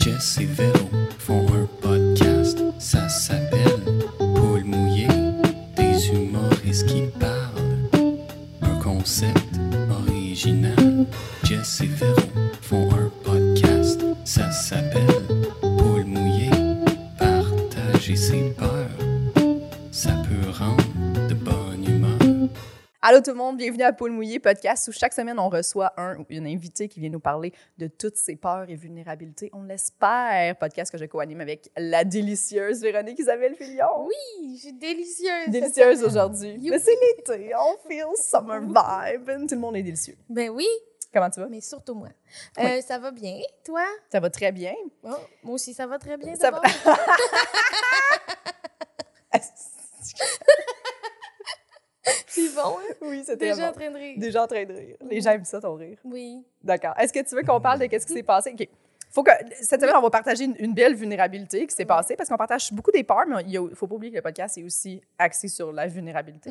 Jess et Véro font un podcast, ça s'appelle Paul mouillé, des humoristes qui parlent. Un concept original. Jess et Véro font un podcast, ça s'appelle Paul mouillé, partager ses peurs, ça peut rendre de bonne humeur. Allô tout le monde, bienvenue à Paul mouillé podcast où chaque semaine on reçoit un ou une invitée qui vient nous parler de toutes ses peurs et vulnérabilités. On l'espère. Podcast que je co-anime avec la délicieuse Véronique Isabelle Filion. Oui, je suis délicieuse. Délicieuse aujourd'hui. Youpi. Mais c'est l'été, on feel summer vibe. Tout le monde est délicieux. Ben oui, Comment tu vas? mais surtout moi. Oui. Ça va bien, toi? Ça va très bien. Oh, moi aussi, ça va très bien. Ça d'abord. C'est bon, hein? Oui, c'était Déjà en bon. train de rire. Déjà en train de rire. Les gens aiment ça, ton rire. Oui. D'accord. Est-ce que tu veux qu'on parle de qu'est-ce qui s'est passé? OK. Faut que, cette semaine, on va partager une belle vulnérabilité qui s'est passée parce qu'on partage beaucoup des peurs, mais il ne faut pas oublier que le podcast est aussi axé sur la vulnérabilité.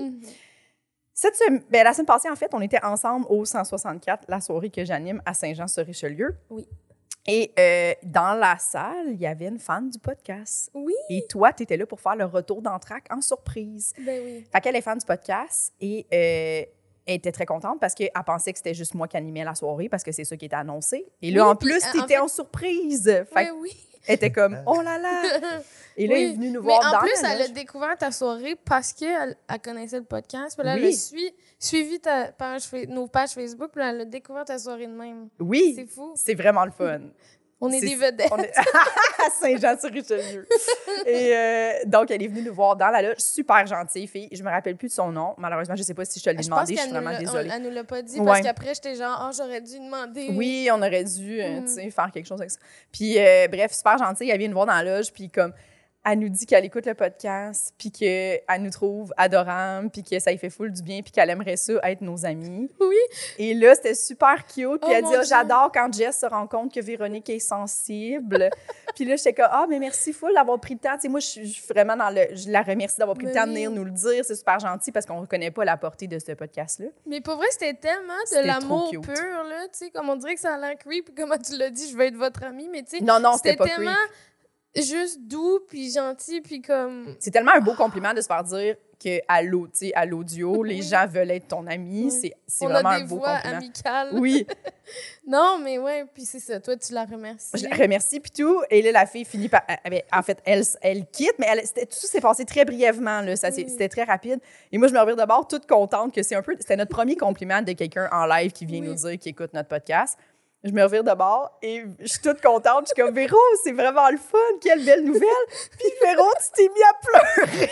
La semaine passée, en fait, on était ensemble au 164, la soirée que j'anime à Saint-Jean-sur-Richelieu. Oui. Et dans la salle, il y avait une fan du podcast. Oui. Et toi, tu étais là pour faire le retour d'entraque en surprise. Ben oui. Fait qu'elle est fan du podcast et elle était très contente parce qu'elle pensait que c'était juste moi qui animais la soirée parce que c'est ça qui était annoncé. Et là, Oui, en puis, plus, en t'étais fait- en surprise. Fait Ben qu'elle oui. était comme, oh là là! Et là, Oui. elle est venue nous Mais voir dans en plus, la elle a loge. découvert ta soirée parce qu'elle connaissait le podcast. Puis là, elle Oui. a suivi ta page, nos pages Facebook. Puis là, elle a découvert ta soirée de même. Oui, C'est fou. c'est vraiment le fun. On est C'est- des vedettes. On est à Saint-Jean-sur-Richelieu. Et donc, elle est venue nous voir dans la loge. Super gentille fille. Je me rappelle plus de son nom. Malheureusement, je sais pas si je te l'ai Je pense demandé. Je suis qu'elle nous vraiment l'a- désolée. elle nous l'a pas dit Ouais. parce qu'après, j'étais genre, j'aurais dû demander. Oui, on aurait dû tu sais, faire quelque chose avec ça. Puis, bref, super gentille. Elle vient nous voir dans la loge, puis comme, elle nous dit qu'elle écoute le podcast, puis qu'elle nous trouve adorables, puis que ça lui fait full du bien, puis qu'elle aimerait ça être nos amis. Oui. Et là, c'était super cute. Puis Oh, elle mon dit, Dieu. j'adore quand Jess se rend compte que Véronique est sensible. Puis là, j'étais comme, mais merci full d'avoir pris le temps. Tu sais, moi, je suis vraiment je la remercie d'avoir pris le Mais temps de oui. venir nous le dire. C'est super gentil parce qu'on ne connaît pas la portée de ce podcast-là. Mais pour vrai, c'était tellement de C'était l'amour trop pur, cute. là. Tu sais, comme on dirait que ça a l'air creep, comment tu l'as dit, je veux être votre amie, mais tu sais, Non, c'était c'était pas tellement juste doux, puis gentil, puis comme. C'est tellement un beau compliment de se faire dire qu'à l'audio, les Oui. gens veulent être ton ami. Oui. C'est On vraiment a un des beau voix compliment. amicales. Oui, Non, mais ouais, puis c'est ça. Toi, tu la remercies. je la remercie puis tout. Et là, la fille finit par... En fait, elle quitte, mais tout ça s'est passé très brièvement. Là. Oui. C'était très rapide. Et moi, je me revire de bord toute contente que c'était notre premier compliment de quelqu'un en live qui vient Oui. nous dire qu'il écoute notre podcast. Je me revire de bord et je suis toute contente. Je suis comme, Véro, c'est vraiment le fun. Quelle belle nouvelle. Puis Véro, tu t'es mis à pleurer.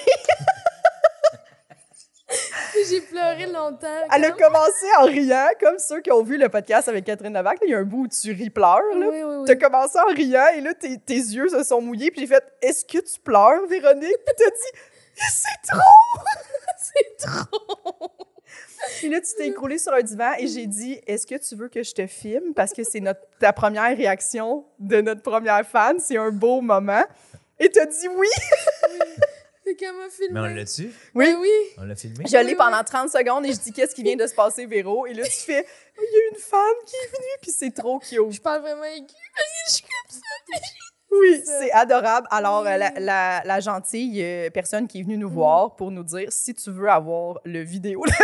Puis j'ai pleuré longtemps. Elle a comme. commencé en riant, comme ceux qui ont vu le podcast avec Catherine Levac. Là, il y a un bout où tu ris, pleures. Là. Oui, oui, oui. T'as commencé en riant et là, tes yeux se sont mouillés. Puis j'ai fait « Est-ce que tu pleures, Véronique? » Puis t'as dit « C'est trop! » C'est trop. Puis là, tu t'es écroulé sur un divan et j'ai dit « Est-ce que tu veux que je te filme? » Parce que c'est ta première réaction de notre première fan. C'est un beau moment. Et t'as dit « Oui! C'est qu'elle m'a filmé. Mais on l'a-tu? » Oui. Ben oui. On l'a filmé? Je l'ai Oui, pendant 30 secondes et je dis « Qu'est-ce qui vient de se passer, Véro? » Et là, tu fais « Il y a une femme qui est venue. » Puis c'est trop cute. Je parle vraiment aigu parce que je suis comme ça. Oui, ça. c'est adorable. Alors, Oui. la gentille personne qui est venue nous voir pour nous dire si tu veux avoir le vidéo de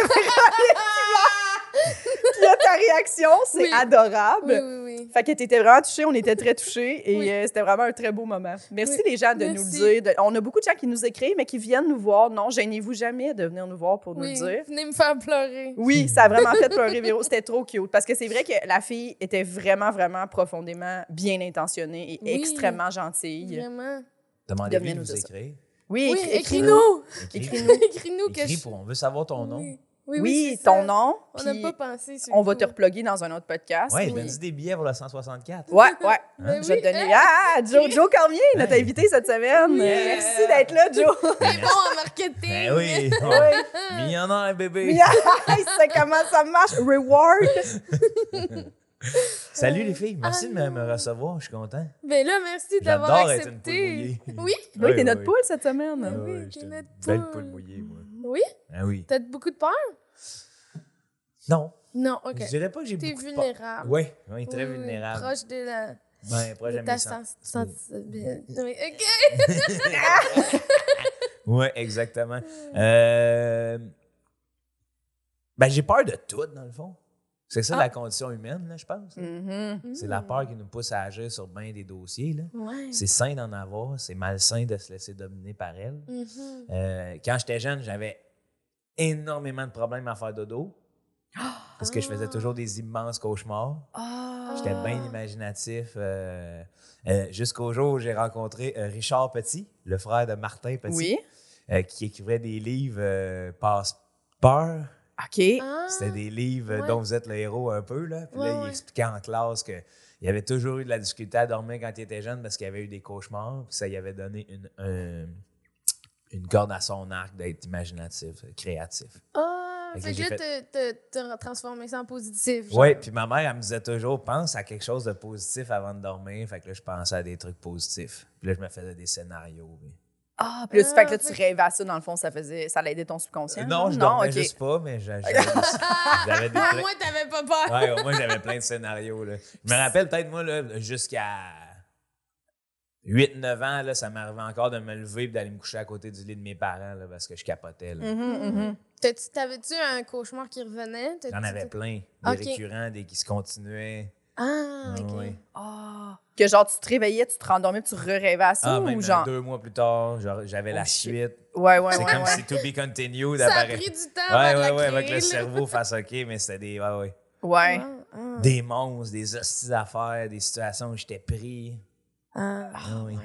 Puis là, ta réaction, c'est Oui. adorable. Oui, oui, oui. Fait que t'étais vraiment touchée, on était très touchés et Oui. C'était vraiment un très beau moment. Merci Oui. les gens de nous Merci. le dire. On a beaucoup de gens qui nous écrivent, mais qui viennent nous voir. Non, gênez-vous jamais de venir nous voir pour nous Oui, le dire. venez me faire pleurer. Oui, ça a vraiment fait pleurer Véro. C'était trop cute. Parce que c'est vrai que la fille était vraiment, vraiment profondément bien intentionnée et Oui. extrêmement gentille. Vraiment. Demandez-lui Devenez de nous vous dire ça. écrire. Oui, Oui, écris-nous. écris-nous. Écris-nous. Écris-nous que Écris je... pour, on veut savoir ton nom. Oui, oui, Oui, c'est ton ça. nom. On n'a puis pas pensé sur on le va coup. te reploguer dans un autre podcast. Ouais, Oui. donne-y des billets pour le 164. Ouais. Ben Je vais oui, te donner. hein? Joe Cormier, notre Ouais. invité cette semaine. Oui. Merci d'être là, Joe. C'est bon en marketing. Ben oui. Oui. Millionnaire, bébé. Il sait comment ça marche. Reward. Salut les filles. Merci de me recevoir. Je suis content. Ben là, merci d'avoir J'adore être une accepté. poule mouillée. Oui? Oui, t'es notre poule cette semaine. Ah Oui, ouais, t'es j'étais notre une belle poule. poule mouillée, moi. Oui? Ah oui. T'as beaucoup de peur? Non. Non, OK. Je dirais pas que j'ai T'es beaucoup de vulnérable. Oui, très Oui, vulnérable. Proche de la Ben, proche de mes Oui, OK. Oui, exactement. Ben, j'ai peur de tout, dans le fond. C'est ça la condition humaine, là, je pense. C'est la peur qui nous pousse à agir sur bien des dossiers. Là. Ouais. C'est sain d'en avoir, c'est malsain de se laisser dominer par elle. Quand j'étais jeune, j'avais énormément de problèmes à faire dodo. Parce que je faisais toujours des immenses cauchemars. J'étais bien imaginatif. Jusqu'au jour où j'ai rencontré Richard Petit, le frère de Martin Petit, qui écrivait des livres Passe-peur. OK. C'était des livres dont vous êtes le héros un peu. Là. Puis là, il expliquait en classe qu'il avait toujours eu de la difficulté à dormir quand il était jeune parce qu'il avait eu des cauchemars. Puis ça lui avait donné une corde à son arc d'être imaginatif, créatif. Fait que là, t'as transformé ça en positif. Oui, puis ma mère, elle me disait toujours, pense à quelque chose de positif avant de dormir. Fait que là, je pensais à des trucs positifs. Puis là, je me faisais des scénarios. Mais... Puis là, fait que là, tu rêvais à ça, dans le fond, ça l'aidait ton subconscient? Non, je dormais juste pas, mais j'avais des Au moins, t'avais pas peur. Oui, au moins, j'avais plein de scénarios. Là. Je me rappelle peut-être, moi, là, jusqu'à 8-9 ans, là, ça m'arrivait encore de me lever et d'aller me coucher à côté du lit de mes parents là, parce que je capotais. Là. T'avais-tu un cauchemar qui revenait? J'en avais plein. Des récurrents, des qui se continuaient. OK. Oui. Que genre, tu te réveillais, tu te rendormais, tu rêvais à ça? Même ou genre... 2 mois plus tard, j'avais la suite. Ouais. C'est comme si To Be Continued Ça a apparaît. pris du temps avant de la créer, avec le là. cerveau fasse OK, mais c'était des... Ouais. Des monstres, des hosties d'affaires, des situations où j'étais pris. Oui.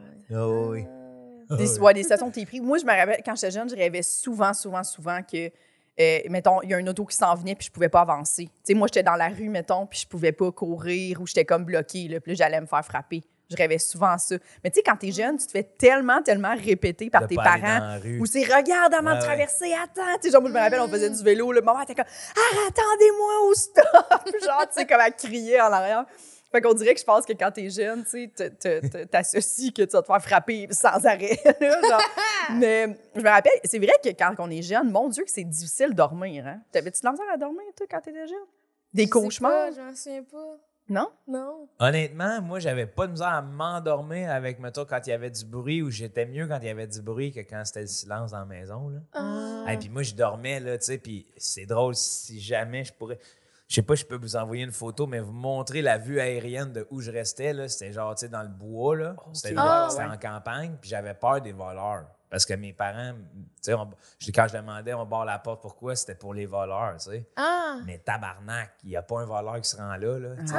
Des situations où t'es pris. Moi, je me rappelle, quand j'étais jeune, je rêvais souvent que, mettons, il y a un auto qui s'en venait puis je pouvais pas avancer. Tu sais, moi, j'étais dans la rue, mettons, puis je pouvais pas courir ou j'étais comme bloquée, là, puis là, j'allais me faire frapper. Je rêvais souvent à ça. Mais tu sais, quand t'es jeune, tu te fais tellement répéter par tes parents. Ou c'est « Regarde avant de traverser, attends! » Tu sais, genre, moi, je me rappelle, on faisait du vélo, le maman était comme « Ah, attendez-moi au stop! » Genre, tu sais, comme elle criait en arrière. Fait qu'on dirait que je pense que quand t'es jeune, tu sais, t'associes que tu vas te faire frapper sans arrêt. Là, genre. Mais je me rappelle, c'est vrai que quand on est jeune, mon Dieu, que c'est difficile de dormir. Hein? T'avais-tu de la misère à dormir, toi, quand t'étais jeune? Des cauchemars? Je m'en souviens pas. Non? Non. Honnêtement, moi, j'avais pas de misère à m'endormir avec, mettons, quand il y avait du bruit, ou j'étais mieux quand il y avait du bruit que quand c'était le silence dans la maison. Là. Et puis moi, je dormais, là, tu sais, puis c'est drôle, si jamais je pourrais... Je sais pas, je peux vous envoyer une photo, mais vous montrer la vue aérienne de où je restais, là. C'était genre, tu sais, dans le bois, là. C'était en campagne, puis j'avais peur des voleurs. Parce que mes parents, tu sais, quand je demandais, on barre la porte, pourquoi? C'était pour les voleurs, tu sais. Mais tabarnak, il n'y a pas un voleur qui se rend là,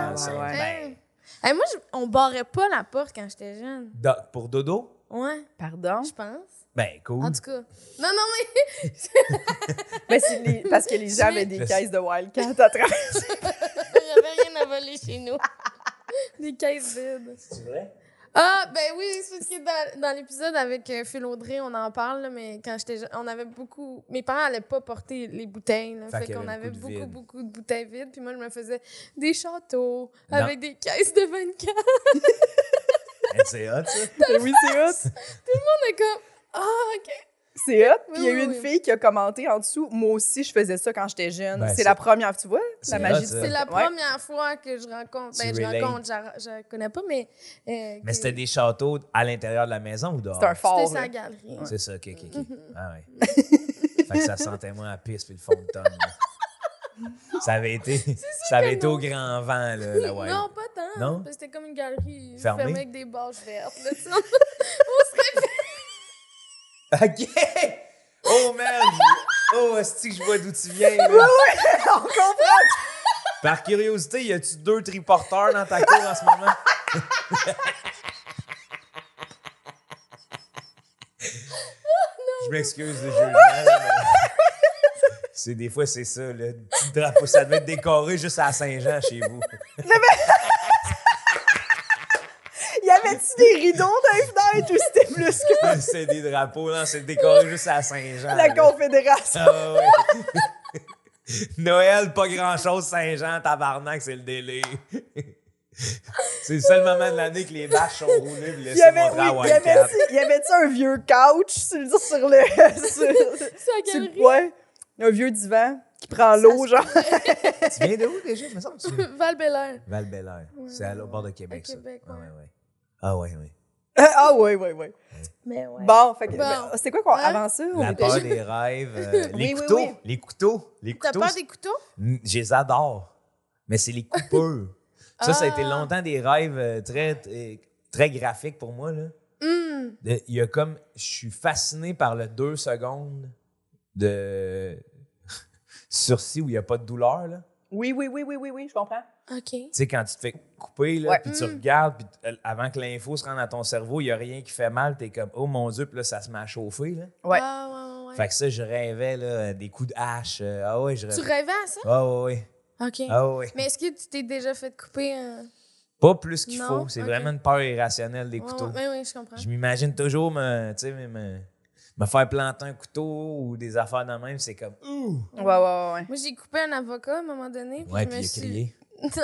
Moi, on barrait pas la porte quand j'étais jeune. Pour dodo? Ouais. Pardon? Je pense. Ben, cool. En tout cas. Non, mais... Mais c'est parce que les gens avaient des caisses de Wildcat à travers. Il n'y avait rien à voler chez nous. Des caisses vides. C'est vrai? Ben oui, c'est parce que dans l'épisode avec Phil Audrey, on en parle, là, mais quand j'étais jeune, on avait beaucoup... Mes parents n'allaient pas porter les bouteilles, là, fait qu'on avait beaucoup de bouteilles vides, puis moi, je me faisais des châteaux avec des caisses de 24. C'est hot, ça? Oui, c'est hot. Tout le monde est comme... OK. C'est hot. Puis il y a eu une fille qui a commenté en dessous. Moi aussi, je faisais ça quand j'étais jeune. Ben, c'est la première, tu vois, la magie hot, de C'est la première fois que je rencontre. Je la connais pas, mais. Mais c'était des châteaux à l'intérieur de la maison ou dehors? C'était un fort. C'était sa galerie. C'est ça, OK. Ah ouais. Fait que ça sentait moins la pisse puis le fond de tonne. Ça avait été au grand vent, là, la Wild. Non, pas tant. Non? C'était comme une galerie Fermée avec des bâches vertes. Là, on se répète. OK! Oh, man! Oh, est-ce que je vois d'où tu viens, là? Oui, on comprend. Par curiosité, y a-tu 2 triporteurs dans ta cour en ce moment? Je m'excuse le jugement, là, mais... Des fois, c'est ça, le petit drapeau. Ça devait être décoré juste à Saint-Jean chez vous. Y avait-tu des rideaux dans les fenêtres ou c'était plus que C'est des drapeaux, non, c'est décoré juste à Saint-Jean. la là. Confédération? Ah, ouais. Noël, pas grand-chose, Saint-Jean, tabarnak, c'est le délire. C'est le seul moment de l'année que les bâches sont roulées et laissées montrer à Wildcat. Y avait-tu un vieux couch sur le... C'est la galerie. Ouais, un vieux divan. qui prend l'eau, genre. Tu viens de où déjà, me semble? Val-Bélair. Val-Bélair. Ouais, C'est à l'autre bord de Québec, à Québec, ça. ouais. Ouais. Ah ouais. Ah oui. Mais ouais. Bon, fait que, Bon. ben, c'était quoi Hein? avant ça? On La était- peur des rêves. Oui, Les oui, couteaux. oui. Les couteaux. T'as peur des couteaux? Je les adore. Mais c'est les coupeurs. Ça a été Ah. longtemps des rêves très graphiques pour moi, là. Il y a comme... Je suis fasciné par le 2 secondes de sursis où il n'y a pas de douleur, là. Oui, je comprends. OK. Tu sais, quand tu te fais couper, là, Ouais. puis tu regardes, puis avant que l'info se rende à ton cerveau, il n'y a rien qui fait mal, t'es comme « Oh mon Dieu », puis là, ça se met à chauffer, là. Ouais. Ah, ouais. Fait que ça, je rêvais, là, des coups de hache. Ah ouais, je Tu rêvais. rêvais à ça? Ah ouais. OK. Ah ouais. Mais est-ce que tu t'es déjà fait couper? Pas plus qu'il Non? faut. C'est Ok. vraiment une peur irrationnelle des couteaux. Oui, je comprends. Je m'imagine toujours me faire planter un couteau ou des affaires de même. C'est comme ouh! Ouais. Moi, j'ai coupé un avocat à un moment donné. Puis Ouais, je puis me il a suis... crié.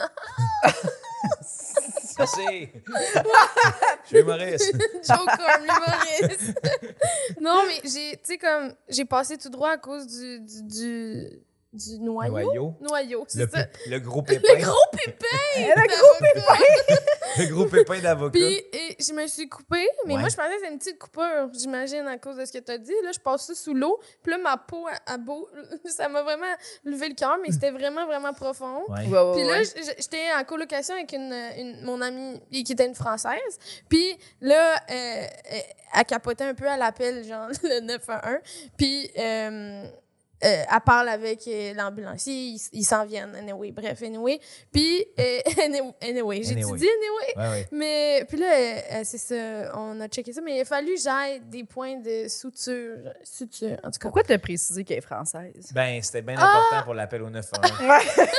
Non, Merci! Je suis humoriste. Joker, l'humoriste. Non, mais j'ai passé tout droit à cause du noyau. Noyau. C'est ça. Le gros pépin. Le gros pépin! Le gros pépin! Le gros pépin d'avocat. Puis je me suis coupée, mais Ouais. moi, je pensais que c'était une petite coupure, j'imagine, à cause de ce que tu as dit. Là, je passe ça sous l'eau, puis là, ma peau, ça m'a vraiment levé le cœur, mais c'était vraiment, vraiment profond. Ouais. Puis là, j'étais en colocation avec mon amie qui était une Française. Puis là, elle capotait un peu à l'appel, genre le 911. Puis elle parle avec l'ambulancier, ils s'en viennent. Anyway. Puis, anyway. J'ai-tu dit anyway? Ouais. Mais, puis là, c'est ça, on a checké ça, mais il a fallu que j'aille des points de suture, en tout cas. Pourquoi tu as précisé qu'elle est française? Ben, c'était bien important pour l'appel au 911. Moi,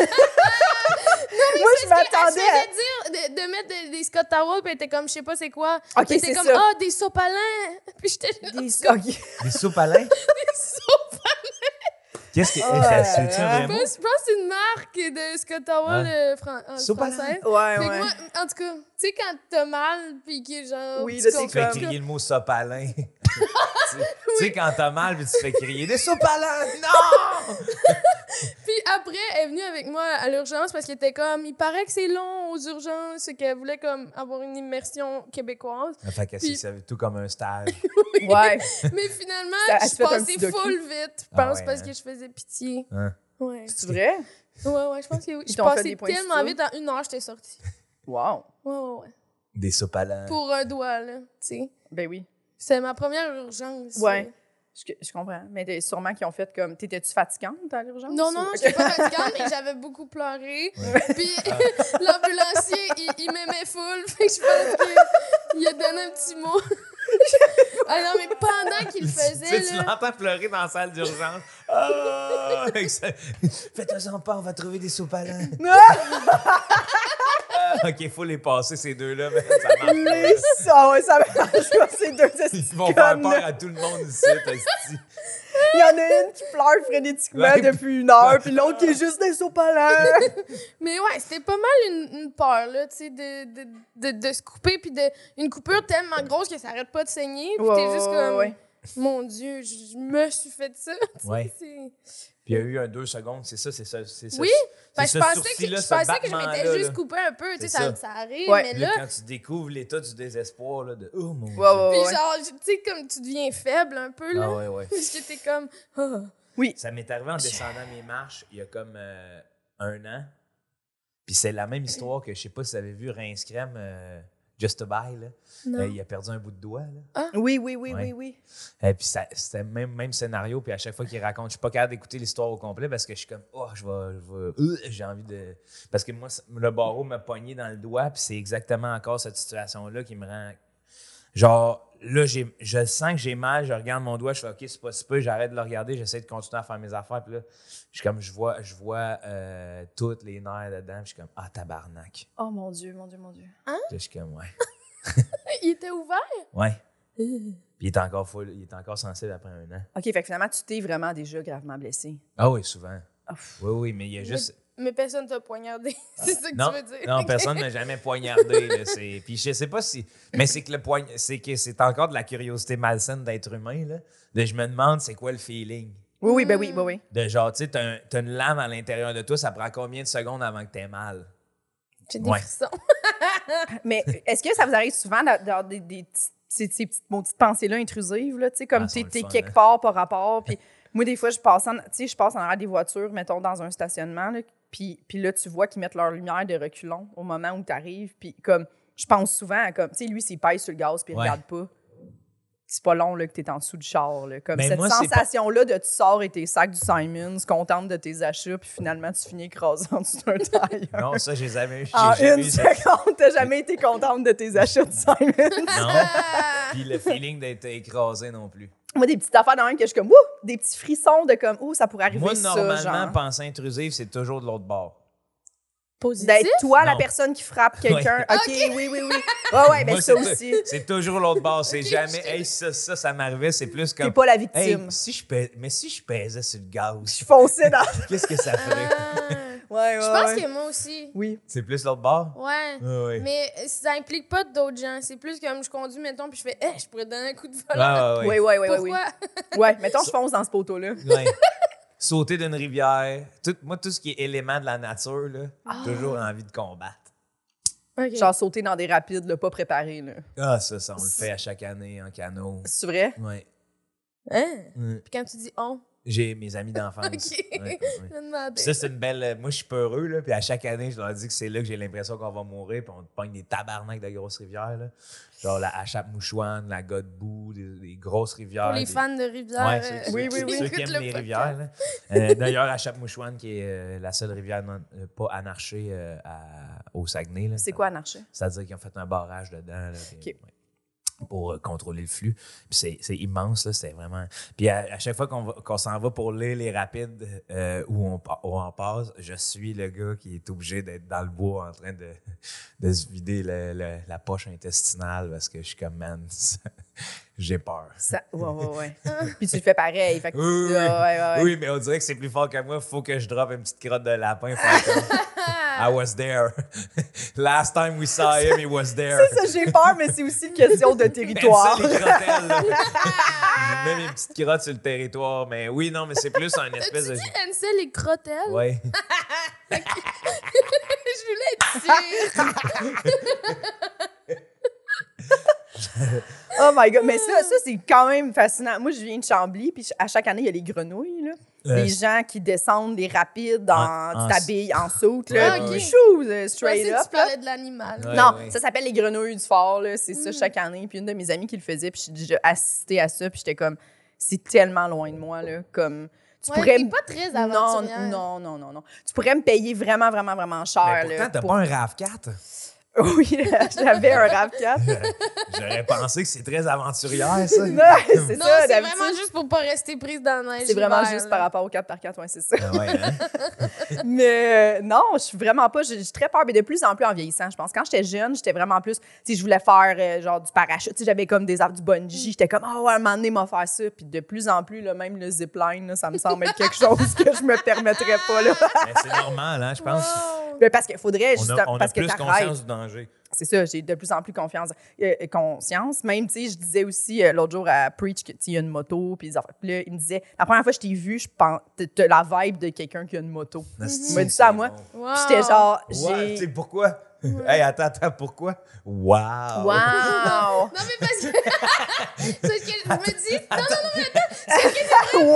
je m'attendais à... Elle se faisait dire de mettre des Scott Towel, puis elle était comme, je sais pas c'est quoi. OK, Puis c'est comme, ça. des sopalins. Puis j'étais juste OK. Des soupes à lin? des sopalins. Qu'est-ce que c'est-tu ouais. un Je vrai mot? pense que c'est une marque de Scott Towel Sopalin. française. Ouais. Fait que moi, en tout cas, tu sais, quand t'as mal, puis que genre. Oui, tu là, c'est comprends- Tu fais comme- crier le mot sopalin. Tu sais, quand t'as mal, puis tu fais crier des sopalins! Non! Puis après, elle est venue avec moi à l'urgence parce qu'elle était comme, il paraît que c'est long aux urgences, et qu'elle voulait comme avoir une immersion québécoise. Fait que Puis- c'est tout comme un stage. Ouais. Mais finalement, Ça, elle je se suis fait un passée petit docu. full vite, je Ah pense, ouais, parce hein. que je faisais pitié. Hein? Ouais. C'est vrai? Ouais, je pense que oui. Je suis t'ont fait passée des points de tellement suture? vite, en 1 heure, j'étais sortie. Wow. Ouais. Des sopalins. Pour un doigt, là, tu sais. Ben oui. C'est ma première urgence. Ouais. Je comprends. Mais sûrement qu'ils ont fait comme... T'étais-tu fatigante à l'urgence? Non, ou- j'étais pas fatigante, mais j'avais beaucoup pleuré. Puis l'ambulancier, il m'aimait full. Fait que je pense qu'il a donné un petit mot. Ah non, mais pendant qu'il le Tu sais, faisait, tu là... l'entends pleurer dans la salle d'urgence. Ah! Faites-en pas, on va trouver des sopalins. OK, faut les passer, ces deux-là, mais ça marche pas. Les ça, ouais, ça marche pas, ces deux Ils vont faire connes. peur à tout le monde ici, esti. Il y en a une qui pleure frénétiquement Ouais. depuis 1 heure, puis l'autre qui est juste des sopalins. Mais ouais, c'était pas mal une peur, là, tu sais, de se couper, puis une coupure tellement grosse que ça arrête pas de saigner. Puis t'es juste comme, ouais. mon Dieu, je me suis fait ça. Tu sais, Ouais. c'est- Puis il y a eu un 2 secondes, c'est ça. Oui, parce que je pensais que je m'étais juste coupé un peu, tu sais, C'est ça arrive, Ouais. mais Là, là... quand tu découvres l'état du désespoir, là, de « Oh, mon Dieu! Puis genre, tu sais, comme tu deviens faible un peu, là. Ah ouais. Parce que t'es comme... ah. Ça m'est arrivé en descendant mes marches il y a comme 1 an. Puis c'est la même histoire que, je sais pas si vous avez vu, Rince Crème, Just to Buy, là. Non. Il a perdu un bout de doigt, là. Oui. Et puis c'était même scénario. Puis à chaque fois qu'il raconte, je suis pas capable d'écouter l'histoire au complet parce que je suis comme, oh, j'ai envie de. Parce que moi, le barreau m'a pogné dans le doigt. Puis c'est exactement encore cette situation-là qui me rend. Genre, là, je sens que j'ai mal, je regarde mon doigt, je fais, OK, c'est pas si peu, j'arrête de le regarder, j'essaie de continuer à faire mes affaires. Puis là, je vois toutes les nerfs dedans. Puis je suis comme, ah, tabarnak. Oh mon Dieu. Puis là, je suis comme, ouais. Il était ouvert? Ouais. Puis il est encore sensible après 1 an. OK, fait que finalement, tu t'es vraiment déjà gravement blessé. Ah oui, souvent. Ouf. Oui, mais il y a juste. Mais personne t'a poignardé. C'est ça que Non, tu veux dire? non, personne ne m'a jamais poignardé. Là, puis je sais pas si. Mais c'est que c'est encore de la curiosité malsaine d'être humain. Là. Je me demande c'est quoi le feeling. Oui, ben oui, oui. De genre, tu sais, t'as une lame à l'intérieur de toi, ça prend combien de secondes avant que t'aies mal? J'ai des frissons. Mais est-ce que ça vous arrive souvent d'avoir ces petites maudites pensées-là intrusives, là, tu sais, comme t'es quelque part par rapport, puis moi, des fois, je passe en arrière des voitures, mettons, dans un stationnement, là, puis là, tu vois qu'ils mettent leur lumière de reculons au moment où t'arrives, puis comme, je pense souvent à comme, tu sais, lui, s'il pèse sur le gaz, puis il regarde pas, c'est pas long là, que t'es en dessous du char, là. Comme cette sensation-là de tu sors et tes sacs du Simons, contente de tes achats, puis finalement, tu finis écrasé en dessous d'un tailleur. Non, ça, j'ai jamais eu. En une seconde, t'as jamais été contente de tes achats du Simons. Non. Puis le feeling d'être écrasé non plus. Moi, des petites affaires dans même que je suis comme, ouh, des petits frissons de comme, ouh, ça pourrait arriver. Moi, ça, normalement, genre. pensée intrusive, c'est toujours de l'autre bord. Positif? D'être toi la personne qui frappe quelqu'un. OK, oui. Ouais, ben ça aussi. C'est toujours l'autre bord. C'est jamais, hey, ça m'arrivait. C'est plus comme. T'es pas la victime. Hey, si je pesais sur le gaz. Je fonçais dans. Qu'est-ce que ça ferait? Ouais. Je pense que moi aussi. Oui. C'est plus l'autre bord? Ouais. Ouais. Mais ça implique pas d'autres gens. C'est plus comme je conduis, mettons, puis je fais, je pourrais te donner un coup de volant. Oui. Pourquoi? Ouais, mettons, je fonce dans ce poteau-là. Ouais. Sauter d'une rivière. Moi, tout ce qui est élément de la nature, là, toujours envie de combattre. Okay. Genre sauter dans des rapides, là, pas préparés. Là. Ah, ça, on le fait à chaque année en canot. C'est vrai? Ouais. Hein? Puis quand tu dis on? J'ai mes amis d'enfance. OK. Ouais. Ça, c'est une belle. Moi, je suis peureux, là. Puis à chaque année, je leur dis que c'est là que j'ai l'impression qu'on va mourir. Puis on pogne des tabarnaks de grosses rivières, là. Genre la Achap-Mouchouane, la Godbout, des grosses rivières. Pour les fans de rivières. Ouais, ceux qui aiment les rivières, là. D'ailleurs, Achap-Mouchouane, qui est la seule rivière pas anarchée au Saguenay. Là. C'est quoi anarché? C'est-à-dire qu'ils ont fait un barrage dedans. Là, OK. Pour contrôler le flux. Puis c'est immense, là, c'est vraiment... Puis à chaque fois qu'on s'en va pour lire les rapides où on passe, je suis le gars qui est obligé d'être dans le bois en train de se vider la poche intestinale parce que je suis comme, man, j'ai peur. Ouais. Puis tu le fais pareil. Fait que, oui, mais on dirait que c'est plus fort que moi. Il faut que je droppe une petite crotte de lapin. I was there. Last time we saw him, he was there. C'est ça, j'ai peur, mais c'est aussi une question de territoire. Les crottelles, là. Je mets mes petites crottes sur le territoire. Mais oui, non, mais c'est plus un espèce de... Tu dis Ansel et Crottelle? Oui. Je voulais être sûre. Oh my God. Mais ça c'est quand même fascinant. Moi, je viens de Chambly, puis à chaque année, il y a les grenouilles, là. Des gens qui descendent des rapides dans tu t'habilles en soute, là, puis shoes, straight up. Tu parlais de l'animal. Non, ça s'appelle les grenouilles du fort, là. C'est ça chaque année. Puis une de mes amies qui le faisait, puis j'ai déjà assisté à ça, puis j'étais comme, c'est tellement loin de moi, là. Comme, tu pourrais pas très aventurière. Non. Tu pourrais me payer vraiment, vraiment, vraiment cher. Mais pourtant, t'as pas un RAV4? Oui, j'avais un RAV4. J'aurais pensé que c'est très aventurière, ça. Non, c'est Non, ça. c'est vraiment juste pour pas rester prise dans la neige. C'est vraiment l'hiver, juste là. par rapport au 4x4, ouais, c'est ça. Ah ouais, hein? Mais non, je suis vraiment pas. J'ai très peur, mais de plus en plus en vieillissant, je pense. Quand j'étais jeune, j'étais vraiment plus. Tu sais, je voulais faire genre du parachute. Tu sais, j'avais comme des arbres du bungee. J'étais comme, ouais, un moment donné, m'a faire ça. Puis de plus en plus, là, même le zipline, là, ça me semble être quelque chose que je me permettrais pas, là. Mais c'est normal, hein, je pense. Mais parce qu'il faudrait juste. On a parce plus que conscience du danger. C'est ça, j'ai de plus en plus conscience. Même, tu sais, je disais aussi l'autre jour à Preach qu'il y a une moto, puis là, il me disait, la première fois que je t'ai vu, je pense, t'as la vibe de quelqu'un qui a une moto. Il m'a dit ça à moi. Wow. Puis j'étais genre, Tu sais pourquoi? Hey, attends, pourquoi? Wow! Wow! Non, mais parce que. C'est ce que je me dis. Non, mais attends. C'est que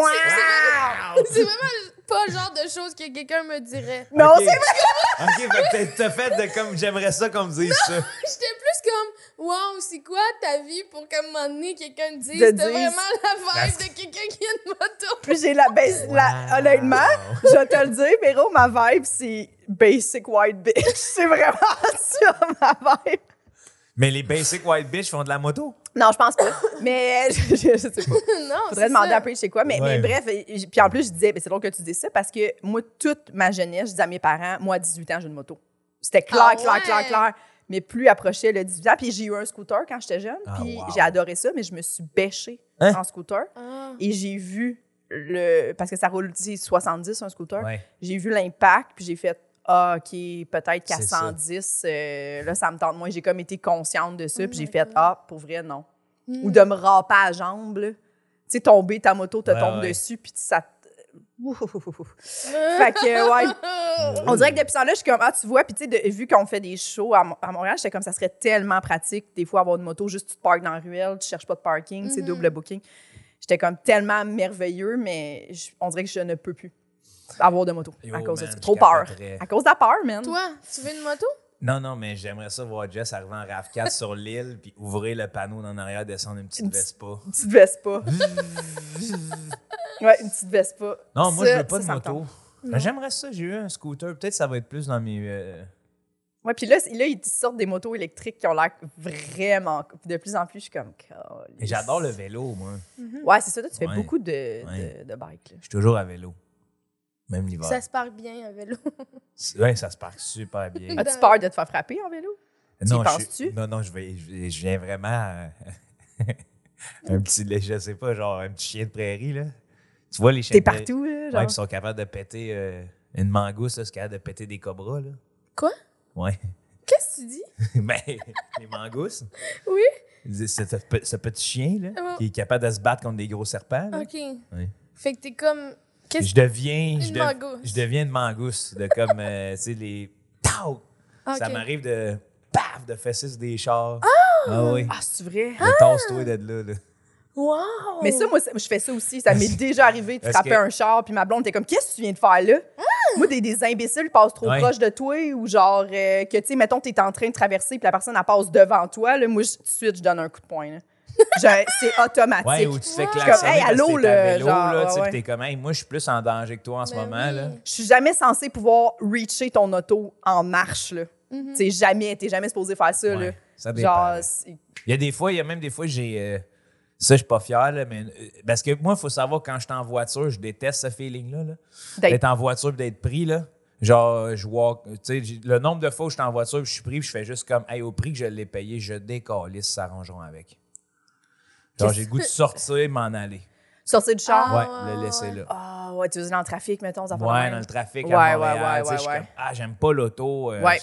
Wow! c'est vraiment pas le genre de choses que quelqu'un me dirait. Non, Ok. c'est vrai! OK, fait que t'as fait de comme j'aimerais ça qu'on me dise ça. J'étais plus comme, wow, c'est quoi ta vie pour qu'à un moment donné, quelqu'un te dise, De t'as dire- vraiment la vibe de quelqu'un qui a une moto. Puis j'ai honnêtement, je vais te le dire, Véro, ma vibe, c'est basic white bitch. C'est vraiment ça, ma vibe. Mais les basic white bitch font de la moto? Non, je pense pas. Mais je sais pas. Non, Faudrait demander ça. à Preach c'est quoi. Mais Ouais. bref, puis en plus, je disais, c'est drôle que tu dises ça parce que moi, toute ma jeunesse, je disais à mes parents, moi, à 18 ans, j'ai une moto. C'était clair, Ah ouais? clair. Mais plus approchait le 18 ans, puis j'ai eu un scooter quand j'étais jeune, Ah, puis wow. j'ai adoré ça, mais je me suis bêchée Hein? en scooter. Ah. Et j'ai vu parce que ça roule, tu sais, 70 un scooter. Ouais. J'ai vu l'impact, puis j'ai fait, OK, peut-être qu'à C'est ça. 110, là, ça me tente moins. J'ai comme été consciente de ça, Oh puis j'ai my fait, God. pour vrai, non. Ou de me râper à la jambe, là. Tu sais, tomber ta moto, te Ouais, tombe ouais. dessus, puis ça te Fait que, ouais. On dirait que depuis ce temps-là, je suis comme, ah, tu vois, puis tu sais, vu qu'on fait des shows à Montréal, j'étais comme, ça serait tellement pratique, des fois, avoir une moto, juste tu te parques dans la ruelle, tu cherches pas de parking, c'est double booking. J'étais comme tellement merveilleux, mais on dirait que je ne peux plus avoir de moto à cause de ça. Trop peur. À cause de la peur, man. Toi, tu veux une moto? Non, mais j'aimerais ça voir Jess arriver en RAV4 sur l'île, puis ouvrir le panneau en arrière, descendre une petite Vespa. Une petite Vespa. Ouais, une petite Vespa. Non, moi, je veux pas de moto. J'aimerais ça, j'ai eu un scooter. Peut-être que ça va être plus dans mes... Ouais, puis là, ils sortent des motos électriques qui ont l'air vraiment... De plus en plus, je suis comme... Et j'adore le vélo, moi. Ouais, c'est ça. Toi, tu fais beaucoup de bike. Je suis toujours à vélo. Même l'hiver. Ça se parque bien, un vélo. Oui, ça se parque super bien. As-tu peur de te faire frapper en vélo? Non, penses-tu? Non, je viens vraiment... un petit... Je sais pas, genre un petit chien de prairie, là. Tu vois les chiens T'es partout, là, genre? Ouais, ils sont capables de péter une mangouste, là, c'est capable de péter des cobras, là. Quoi? Ouais. Qu'est-ce que tu dis? Ben, les mangousses. Oui? Ce petit chien, là, qui est capable de se battre contre des gros serpents. Là. OK. Oui. Fait que t'es comme... Je deviens une mangousse. De comme, tu sais, les... Tau! Okay. Ça m'arrive de... Paf! De fesser sur des chars. Ah oui. Ah, c'est vrai? Tasse-toi d'être là. Wow! Mais ça, moi, je fais ça aussi. Ça m'est déjà arrivé de frapper un char, puis ma blonde était comme, qu'est-ce que tu viens de faire là? Moi, des imbéciles passent trop proche de toi, ou genre, que, tu sais, mettons, t'es en train de traverser, puis la personne, elle passe devant toi, là, moi, tout de suite, je donne un coup de poing, là. C'est automatique. Ouais, ou tu te fais klaxonner hey, allô, parce que t'es à vélo, genre, là, tu sais, t'es comme, hey, moi, je suis plus en danger que toi en ce moment, là. Je suis jamais censée pouvoir reacher ton auto en marche, là. Tu sais, jamais, t'es jamais supposé faire ça, là. Ça dépend. Genre, il y a même des fois, j'ai... ça, je suis pas fier, là, mais... Parce que moi, il faut savoir, quand je suis en voiture, je déteste ce feeling-là, là. D'être en voiture et d'être pris, là. Genre, je walk... Tu sais, le nombre de fois où je suis en voiture et je suis pris, je fais juste comme, hey, au prix que je l'ai payé, je décalisse, s'arrangeront avec. Genre, j'ai le goût de sortir et m'en aller. Sortir du char? Ouais, le laisser là. Ah, ouais, tu es dans le trafic, mettons. Ouais, dans le trafic à Montréal. Tu sais, je suis comme, j'aime pas l'auto. Ouais.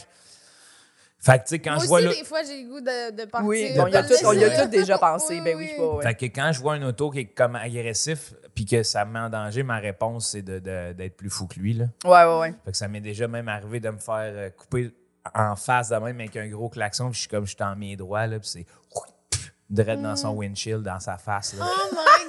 Fait que, tu sais, quand je vois... Moi aussi, des fois, j'ai le goût de partir. Oui, on y a tout déjà pensé. Ben oui, pas. Fait que quand je vois une auto qui est comme agressif puis que ça me met en danger, ma réponse, c'est d'être plus fou que lui, là. Ouais. Fait que ça m'est déjà même arrivé de me faire couper en face de même avec un gros klaxon, puis je suis en main droit, là, puis c'est... direct dans son windshield, dans sa face, là. Oh my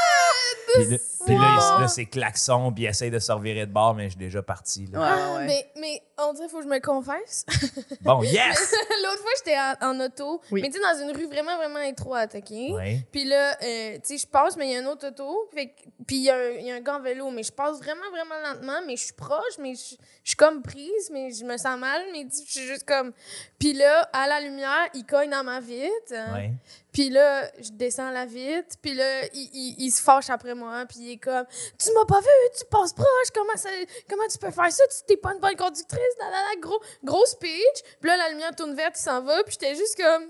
God! Puis là, c'est klaxon, puis il essaye de se revirer de bord, mais je suis déjà parti, là. Mais on dirait qu'il faut que je me confesse. Bon, yes! L'autre fois, j'étais en auto, mais tu sais, dans une rue vraiment, vraiment étroite, OK? Puis là, tu sais, je passe, mais il y a une autre auto, puis il y a un gars en vélo, mais je passe vraiment, vraiment lentement, mais je suis proche, mais je suis comme prise, mais je me sens mal, mais je suis juste comme... Puis là, à la lumière, il cogne dans ma vitre. Puis là, je descends la vitre, puis là, il se fâche après moi, puis il est comme « Tu m'as pas vu, tu passes proche, comment tu peux faire ça? Tu t'es pas une bonne conductrice, gros speech. » Puis là, la lumière tourne verte, il s'en va, puis j'étais juste comme...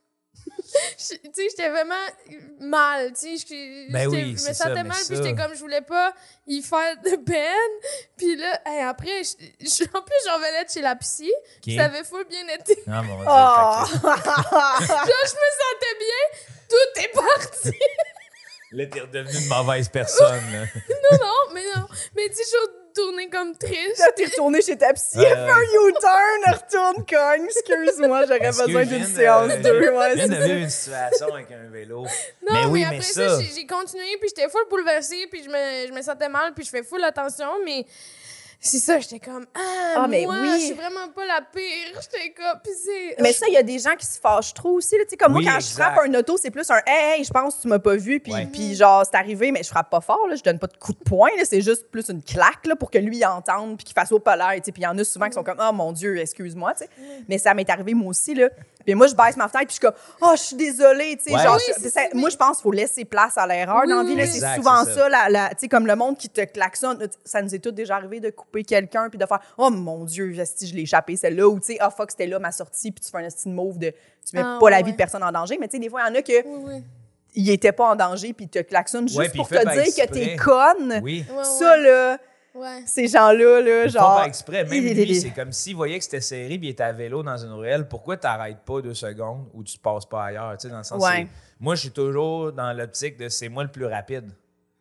tu sais, j'étais vraiment mal, tu sais, je me sentais mal, puis j'étais comme, je voulais pas y faire de peine. Puis là, après, en plus, j'en revenais de chez la psy, ça avait full bien été. Ah, mon Dieu, genre, je me sentais bien, tout est parti. Là, t'es redevenue une mauvaise personne, là. non, mais tu sais, je suis retournée comme triste. Là, t'es retournée chez ta psy, elle fait un U-turn, retourne, cogne. Excuse-moi, j'aurais besoin d'une séance 2. Je viens de vivre une situation avec un vélo. Non, mais après ça, j'ai continué, puis j'étais full bouleversée, puis je me sentais mal, puis je fais full attention, mais... C'est ça, j'étais comme, mais moi, je suis vraiment pas la pire. J'étais comme, pis c'est... Mais ça, il y a des gens qui se fâchent trop aussi, là. Tu sais, comme moi, quand je frappe un auto, c'est plus un « Hey, je pense que tu m'as pas vu », puis genre, c'est arrivé, mais je frappe pas fort, là. Je donne pas de coup de poing, là. C'est juste plus une claque, là, pour que lui, il entende, puis qu'il fasse au polaire, tu sais. Puis il y en a souvent qui sont comme « Oh, mon Dieu, excuse-moi », tu sais. Mais ça m'est arrivé, moi aussi, là. Puis moi, je baisse ma fenêtre, puis je suis comme « Oh, je suis désolée », tu sais. Genre, moi, je pense qu'il faut laisser place à l'erreur dans la vie, là. C'est souvent ça, tu sais, comme le monde qui te klaxonne. Ça nous est tous déjà arrivé de couper quelqu'un, puis de faire « Oh mon Dieu, je l'ai échappé celle-là » ou tu sais « Ah fuck, c'était là ma sortie » puis tu fais un style move de tu mets pas la vie de personne en danger, mais tu sais des fois il y en a que il était pas en danger puis te klaxonne juste pour te dire que t'es conne. Ça là ces gens-là là, genre pas exprès, même lui c'est comme s'il voyait que c'était serré puis il était à vélo dans une ruelle, pourquoi t'arrêtes pas 2 secondes ou tu passes pas ailleurs, tu sais, dans le sens moi je suis toujours dans l'optique de c'est moi le plus rapide.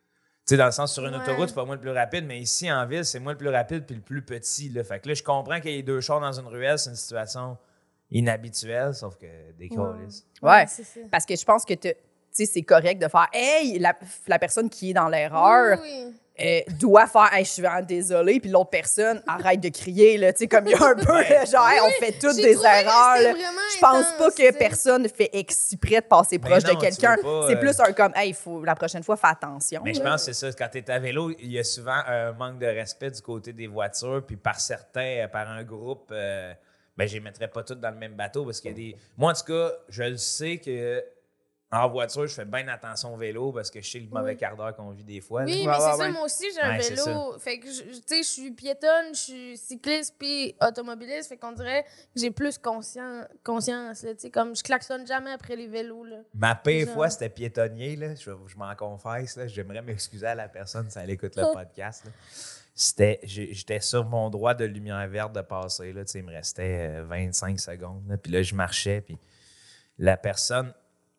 sais, dans le sens, sur une autoroute, c'est pas moi le plus rapide, mais ici, en ville, c'est moi le plus rapide puis le plus petit. Là. Fait que là, je comprends qu'il y ait 2 chars dans une ruelle, c'est une situation inhabituelle, sauf que des câlisses. Ouais, parce que je pense que c'est correct de faire « Hey, la personne qui est dans l'erreur doit faire hey, je suis vraiment désolée », puis l'autre personne arrête de crier, là, tu sais, comme il y a un peu, genre hey, on fait toutes des erreurs. Je pense pas que personne fait exprès de passer proche de quelqu'un. C'est plus un comme « Hey, la prochaine fois, fais attention ». Mais je pense que c'est ça, quand tu es à vélo, il y a souvent un manque de respect du côté des voitures, puis par certains, par un groupe... je les mettrais pas toutes dans le même bateau parce qu'il y a des... Moi, en tout cas, je le sais que en voiture, je fais bien attention au vélo parce que je sais le mauvais quart d'heure qu'on vit des fois. Oui, mais c'est ça, moi aussi, j'ai un vélo. Fait que, tu sais, je suis piétonne, je suis cycliste puis automobiliste. Fait qu'on dirait que j'ai plus conscience, là, tu sais, comme je klaxonne jamais après les vélos, là. Ma pire fois, c'était piétonnier, là. Je m'en confesse, là. J'aimerais m'excuser à la personne si elle écoute le podcast, là. J'étais sur mon droit de lumière verte de passer, là, tu sais, il me restait 25 secondes, là. Puis là, je marchais, puis la personne...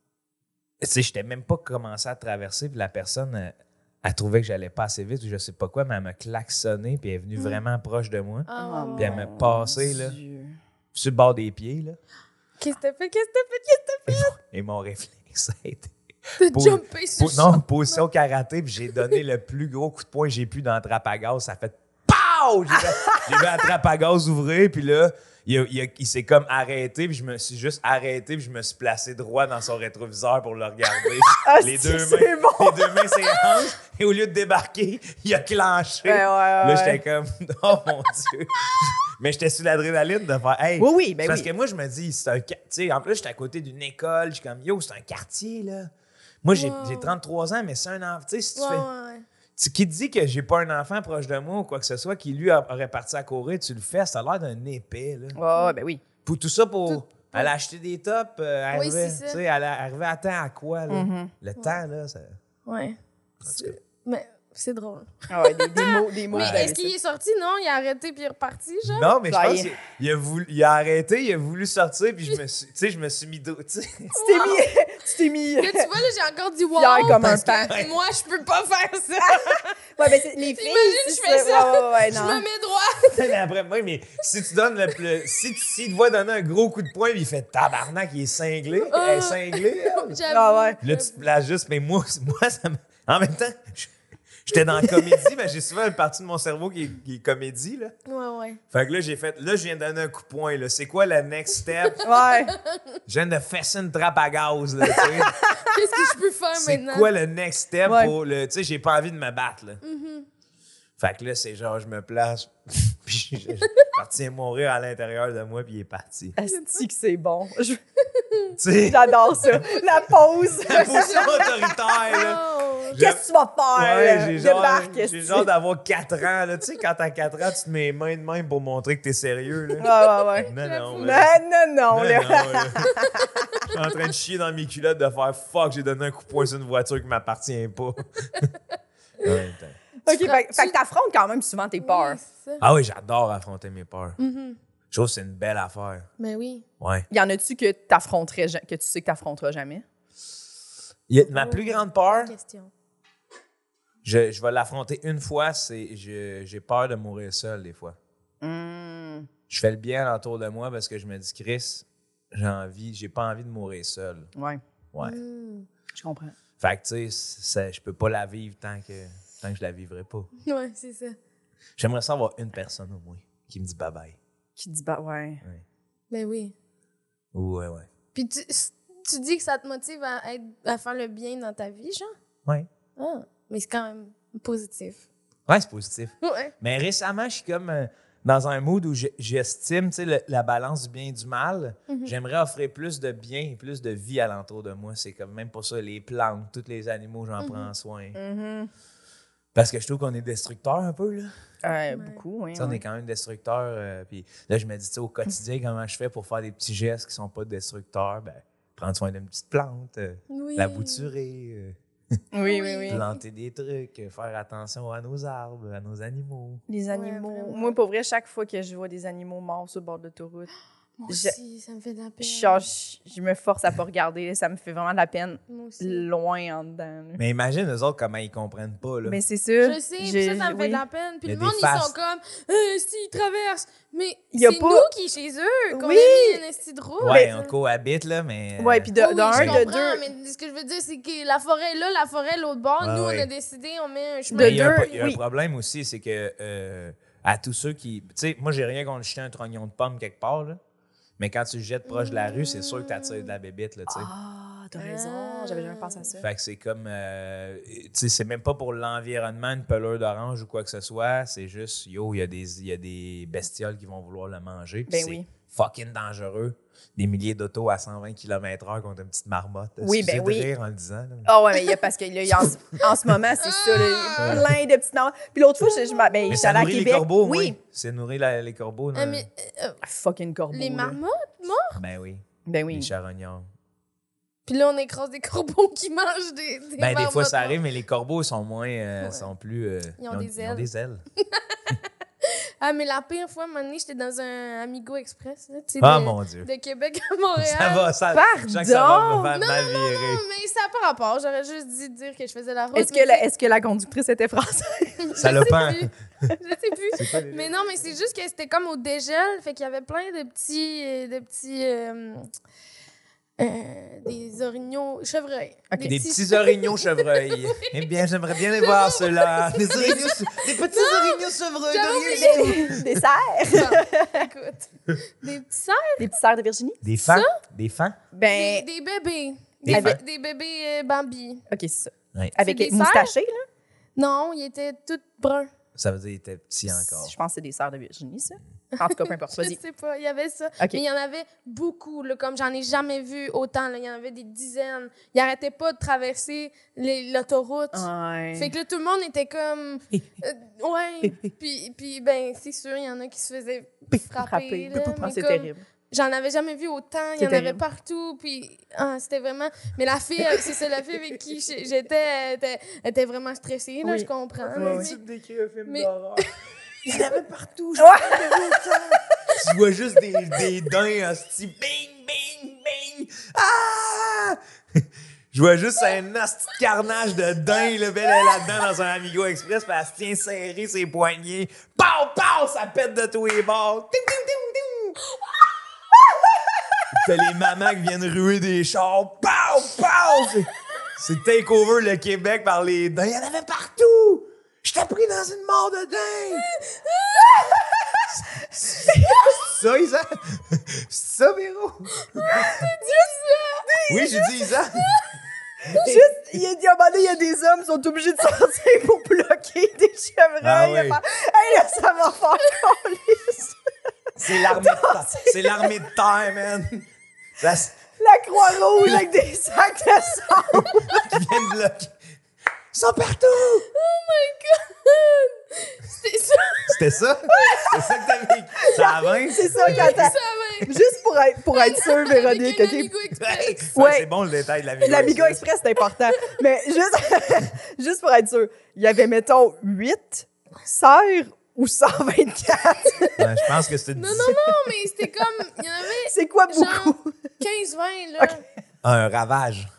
Tu sais, je n'étais même pas commencé à traverser, puis la personne, elle trouvait que j'allais pas assez vite ou je sais pas quoi, mais elle m'a klaxonné, puis elle est venue vraiment proche de moi. Puis elle m'a passé, là, sur le bord des pieds, là. Qu'est-ce que t'as fait? Et mon réflexe a été... De jumper sur Non, position karaté, puis j'ai donné le plus gros coup de poing que j'ai pu dans la trappe à gaz. Ça a fait POW! J'ai vu la trappe à gaz ouvrir, puis là... Il s'est comme arrêté, puis je me suis juste arrêté, puis je me suis placé droit dans son rétroviseur pour le regarder. Les deux mains ses hanches, et au lieu de débarquer, il a clenché. Là, j'étais comme, oh mon Dieu. Mais j'étais sur l'adrénaline de faire, hey. Oui, parce que moi, je me dis, c'est un. Tu sais, en plus, j'étais à côté d'une école, je suis comme, yo, c'est un quartier, là. Moi, j'ai 33 ans, mais c'est un enfant. Tu sais, si tu fais. Qui te dit que j'ai pas un enfant proche de moi ou quoi que ce soit qui, lui, aurait parti à courir, tu le fais, ça a l'air d'un épais, là. Ben oui. Pour tout ça, aller acheter des tops, arriver, tu sais, arriver à temps à quoi, là? Le temps, là, ça... Ouais. Mais c'est drôle. Ah ouais, des mots. Mais est-ce qu'il est sorti? Non, il a arrêté puis il est reparti, genre? Non, mais je pense qu'il a arrêté, il a voulu sortir, puis je me suis mis... Tu t'es mis... Là, tu vois, là, j'ai encore dit wow, fier comme parce un que moi, je peux pas faire ça. Ouais, ben les filles... Imagine, je fais ça. Ouais, je non. me mets droit. mais après, mais si tu donnes s'il te voit donner un gros coup de poing, il fait tabarnak, il est cinglé. Elle est cinglée. J'avoue. Là, tu te places juste, mais moi ça me... En même temps... J'étais dans la comédie, mais j'ai souvent une partie de mon cerveau qui est comédie, là. Ouais. Fait que là, je viens de donner un coup de poing, là. C'est quoi le next step? Ouais. Je viens de fesser une trappe à gaz, là, tu sais. Qu'est-ce que je peux faire maintenant? C'est quoi le next step pour le... Tu sais, j'ai pas envie de me battre, là. Fait que là, c'est genre, je me place, puis je parti à mourir à l'intérieur de moi, puis il est parti. Asti que c'est bon. T'sais, J'adore ça. La pause. la position autoritaire, là. Qu'est-ce que tu vas faire? Ouais, j'ai genre d'avoir 4 ans. Là. Tu sais, quand t'as 4 ans, tu te mets les mains de même pour montrer que t'es sérieux. Là. Ouais. Non. Non. Je suis en train de chier dans mes culottes de faire fuck, j'ai donné un coup de poing sur une voiture qui m'appartient pas. OK, fait que t'affrontes quand même souvent tes peurs. Ah oui, j'adore affronter mes peurs. Je trouve que c'est une belle affaire. Ben oui. Ouais. Y en a-tu que t'affronterais, que tu sais que t'affronteras jamais? Ma plus grande peur, Question. je vais l'affronter une fois, c'est j'ai peur de mourir seul des fois. Je fais le bien autour de moi parce que je me dis, Chris, j'ai pas envie de mourir seul. Ouais. Je comprends. Fait que, tu sais, je peux pas la vivre tant que je la vivrai pas. Ouais, c'est ça. J'aimerais ça avoir une personne au moins qui me dit bye-bye. Qui dit ouais. Ben oui. Ouais. Puis tu dis que ça te motive à faire le bien dans ta vie, genre? Ouais. Ah, mais c'est quand même positif. Ouais, c'est positif. Ouais. Mais récemment, je suis comme dans un mood où j'estime, tu sais, la balance du bien et du mal. J'aimerais offrir plus de bien et plus de vie alentour de moi. C'est comme même pour ça, les plantes, tous les animaux, j'en prends soin. Parce que je trouve qu'on est destructeur un peu, là. Beaucoup, oui. On est quand même destructeur. Puis là, je me dis, au quotidien, comment je fais pour faire des petits gestes qui sont pas destructeurs? Ben, prendre soin d'une petite plante, la bouturer, oui. planter des trucs, faire attention à nos arbres, à nos animaux. Les animaux. Moi, pour vrai, chaque fois que je vois des animaux morts sur le bord de l'autoroute, Moi aussi, ça me fait de la peine. Genre, je me force à pas regarder. Ça me fait vraiment de la peine. Moi aussi. Loin en dedans. Là. Mais imagine, eux autres, comment ils comprennent pas. Là. Mais c'est ça. Je sais, puis ça me fait de la peine. Puis le monde, ils sont comme, s'ils traversent. Mais c'est nous qui, chez eux, qu'on a mis un esti de roue. Ouais, on cohabite, là, mais... Ouais, puis de un, de deux... Mais ce que je veux dire, c'est que la forêt est là, la forêt est l'autre bord. Nous, on a décidé, on met un chemin. De il y a deux, un problème aussi, c'est que à tous ceux qui... Tu sais, moi, j'ai rien contre jeter un trognon de pomme quelque part, là. Mais quand tu le jettes proche de la rue, c'est sûr que tu attires de la bébite, là, tu sais. Ah, t'as raison. J'avais jamais pensé à ça. Fait que c'est comme... tu sais, c'est même pas pour l'environnement, une pelure d'orange ou quoi que ce soit. C'est juste, il y a des bestioles qui vont vouloir le manger. Ben c'est oui. fucking dangereux. Des milliers d'autos à 120 km/h contre une petite marmotte. Oui, ben oui. De rire en le disant. Ah ouais, mais il y a parce que là, en ce moment, c'est ça, là, il y a plein de petits noms. Puis l'autre fois, mais ça j'allais à nourrit Québec. les corbeaux, oui. C'est nourrir les corbeaux. Là. Fucking corbeaux. Les marmottes morts? Ben oui. Ben oui. Les charognards. Puis là, on écrase des corbeaux qui mangent des Ben des fois, ça marmottes arrive, mais les corbeaux sont moins... sont plus... Ils ont des ailes. Ils ont des ailes. Ah, mais la pire fois, à un moment donné, j'étais dans un Amigo Express. Là, Mon Dieu. De Québec à Montréal. Ça va, ça Pardon? je sens que ça va mal Non, virer. mais ça n'a pas rapport. J'aurais juste dit dire que je faisais la route. Est-ce que la conductrice était française? Ça l'a pas... Je sais plus. Mais non, mais c'est juste que c'était comme au dégel. Fait qu'il y avait plein de petits des orignaux chevreuils. Okay. Des petits orignaux chevreuils. Eh bien, j'aimerais bien les voir, ceux-là. Des petits orignaux chevreuils. Des cerfs? Écoute. Des petits cerfs? Des petits cerfs de Virginie? Des fans? Des fans? Ben, Des bébés. Des bébés Bambi. OK, c'est ça. Ouais. Avec des moustachés, là? Non, ils étaient tous bruns. Ça veut dire qu'ils étaient petits encore. Je pense que c'est des sœurs de Virginie, ça. En tout cas, peu importe. Je Vas-y. sais pas, il y avait ça. OK. Mais il y en avait beaucoup, là, comme j'en ai jamais vu autant. Là. Il y en avait des dizaines. Ils arrêtaient pas de traverser l'autoroute. Ouais. Fait que là, tout le monde était comme... ouais. Puis, ben, c'est sûr, il y en a qui se faisaient frapper. Là, mais C'est comme, terrible. j'en avais jamais vu autant. Il y en avait partout. Puis, c'était vraiment... Mais la fille, c'est ça, la fille avec qui j'étais, elle était vraiment stressée, là, Oui. je comprends. Oui, là, oui. Tu te décris un film Mais- d'horreur. Il y en avait partout. Tu vois juste des daims, hostie. Bing, bing, bing. Ah! Je vois juste un hostie de carnage de daims, là, belle, elle est là-dedans dans un Amigo Express, puis elle se tient serrée ses poignets. Pow, pow, ça pète de tous les bords. Ting, ting, ting, ting. T'as les mamans qui viennent ruer des chars. Pow, pow. C'est takeover le Québec par les daims. Il y en avait partout. J'étais pris dans une mort de dingue! C'est ça, Isa? C'est ça, Véro? Oui, j'ai dit Isa. Juste, il y a un moment donné, il y a des hommes qui sont obligés de sortir pour bloquer des chevreuils. Ah oui. Hey, là, ça va faire câlisse. C'est l'armée de terre. C'est l'armée de terre, man. Ça, La Croix-Rouge avec des sacs de sang. qui vient de bloquer. Ils sont partout! Oh my God! C'était ça! C'était ça? C'est ça que t'as vécu? Ça a 20? C'est ça, quand t'as... Ça va. Juste pour être sûr, Véronique, Avec un OK? Amigo Express. Ouais, Ouais. c'est bon le détail de l'Amigo L'Amigo Express, c'est important. Mais juste pour être sûr, il y avait, mettons, 8 sœurs ou 124. Ouais, je pense que c'est une... Non, mais c'était comme... Il y en avait C'est quoi genre beaucoup? 15-20, là. Un ravage.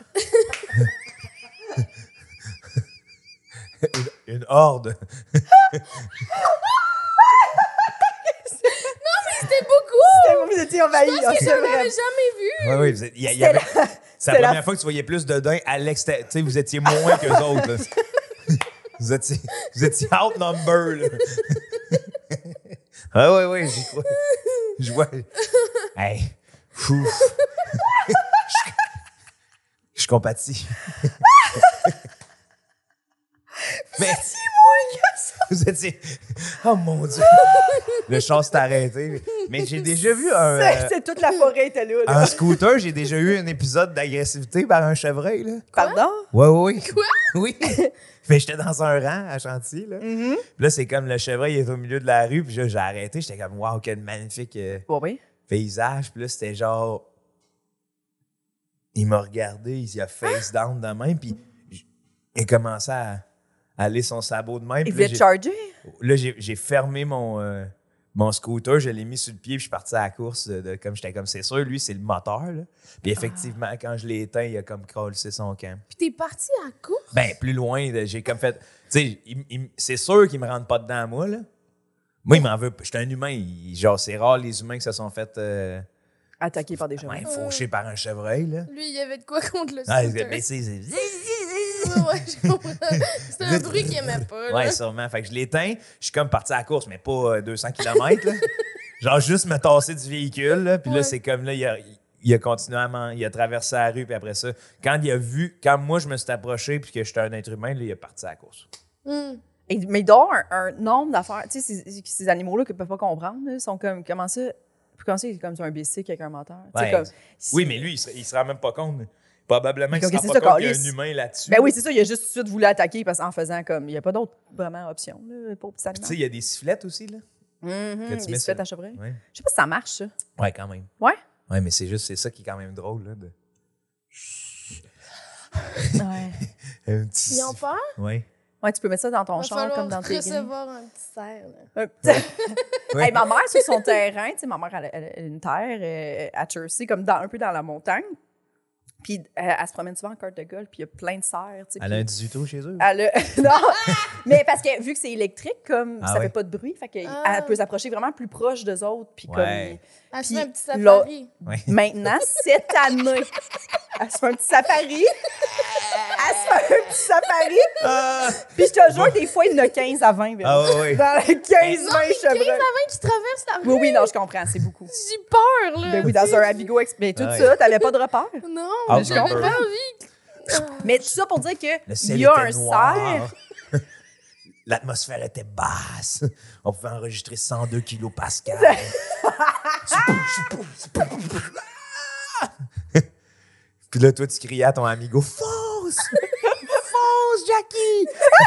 une horde. C'était beaucoup! Vous étiez envahis. Parce que c'est j'en vrai. avais jamais vu. Oui, oui. C'est la première fois que tu voyais plus de daims à l'extérieur. Tu sais, vous étiez moins qu'eux autres. Là. Vous étiez outnumber. Là. Ah oui, j'y crois. Je vois. Hey. Fou. Je compatis. Mais vous étiez... Oh mon Dieu! Le char s'est arrêté. Mais j'ai déjà vu C'est toute la forêt était là. un scooter. J'ai déjà eu un épisode d'agressivité par un chevreuil. Là. Pardon? Oui. Quoi? Oui. Mais j'étais dans un rang à Chantilly. Là. Mm-hmm. Puis là, c'est comme le chevreuil est au milieu de la rue. Puis là, j'ai arrêté. J'étais comme, waouh, quel magnifique Oui. paysage. Puis là, c'était genre... Il m'a regardé, il a face down de même. Puis il a commencé à aller son sabot de même. Il Puis là, voulait te charger? Là, j'ai fermé mon Mon scooter, je l'ai mis sur le pied puis je suis parti à la course. Comme j'étais comme, c'est sûr, lui, c'est le moteur. Là. Puis effectivement, quand je l'ai éteint, il a comme crôlé son camp. Puis t'es parti à la course? Ben, plus loin, j'ai comme fait... Tu sais, c'est sûr qu'il me rentre pas dedans, moi, là. Moi, il m'en veut... J'étais un humain. Genre, c'est rare, les humains qui se sont fait... Attaqué par des chevreuils. Fauché par un chevreuil, là. Lui, il y avait de quoi contre le Ah, scooter. ben, c'est... Ouais, je comprends. C'était un bruit qu'il aimait pas. Là. Ouais, sûrement. Fait que je l'éteins. Je suis comme parti à la course, mais pas 200 km, là. Genre, juste me tasser du véhicule, là. Puis là, c'est comme, là, il a continué il a traversé la rue, puis après ça, quand moi, je me suis approché, puis que j'étais un être humain, là, il est parti à la course. Mais il doit y avoir un nombre d'affaires. Tu sais, ces animaux-là qu'ils ne peuvent pas comprendre, là, sont comme, comment ça, c'est comme sur un bicycle avec un moteur. Ouais. Comme, Oui, mais lui, il se rend même pas compte. Probablement qu'il Comme, se rend c'est pas ça, compte qu'il y a un câlisse. humain là-dessus. ben oui, c'est ça, il a juste tout de suite voulu attaquer parce qu'en faisant comme. Il n'y a pas d'autre vraiment option, là, pour petit Tu animal. sais, il y a des sifflettes aussi, là. Que tu Des mets sifflettes sur- à chevreuil. Ouais. Je sais pas si ça marche, ça. Ouais, quand même. Ouais? Ouais, mais c'est ça qui est quand même drôle, là. Ouais. Un petit... Ils ont peur? Ouais. Ouais, tu peux mettre ça dans ton Va char falloir comme dans tes games. recevoir un petit cerf. Là. Un petit- Ouais. Hey, ma mère, sur son terrain, tu sais, ma mère, elle a une terre à Jersey, comme un peu dans la montagne. Puis elle se promène souvent en carte de golf, puis il y a plein de serres. Tu sais, Elle a un 18 trous chez eux. elle a... non, mais parce que vu que c'est électrique, comme ça ouais. fait pas de bruit, fait qu'elle Ah. peut s'approcher vraiment plus proche d'eux autres. Puis Ouais. Elle se Puis fait un petit là- safari. Ouais. maintenant, cette année, elle se fait un petit safari. Elle se fait un petit safari. Ah! Puis je te jure, des fois, il y en a 15 à 20. Ah ouais, ouais. Dans les 15-20 chevreuils. 15 qui traverse la rue. Oui, oui, non, je comprends, c'est beaucoup. J'ai peur, là. Ben oui, dans un Abigo mais tout Ouais. ça, t'avais pas de repère. Non, Ah, mais j'avais ben, pas envie. Mais tout ça pour dire que Le ciel il y a était un noir. cerf. L'atmosphère était basse. On pouvait enregistrer 102 kilopascales. Puis là, toi, tu criais à ton amigo, « Fonce! Fonce, Jackie! »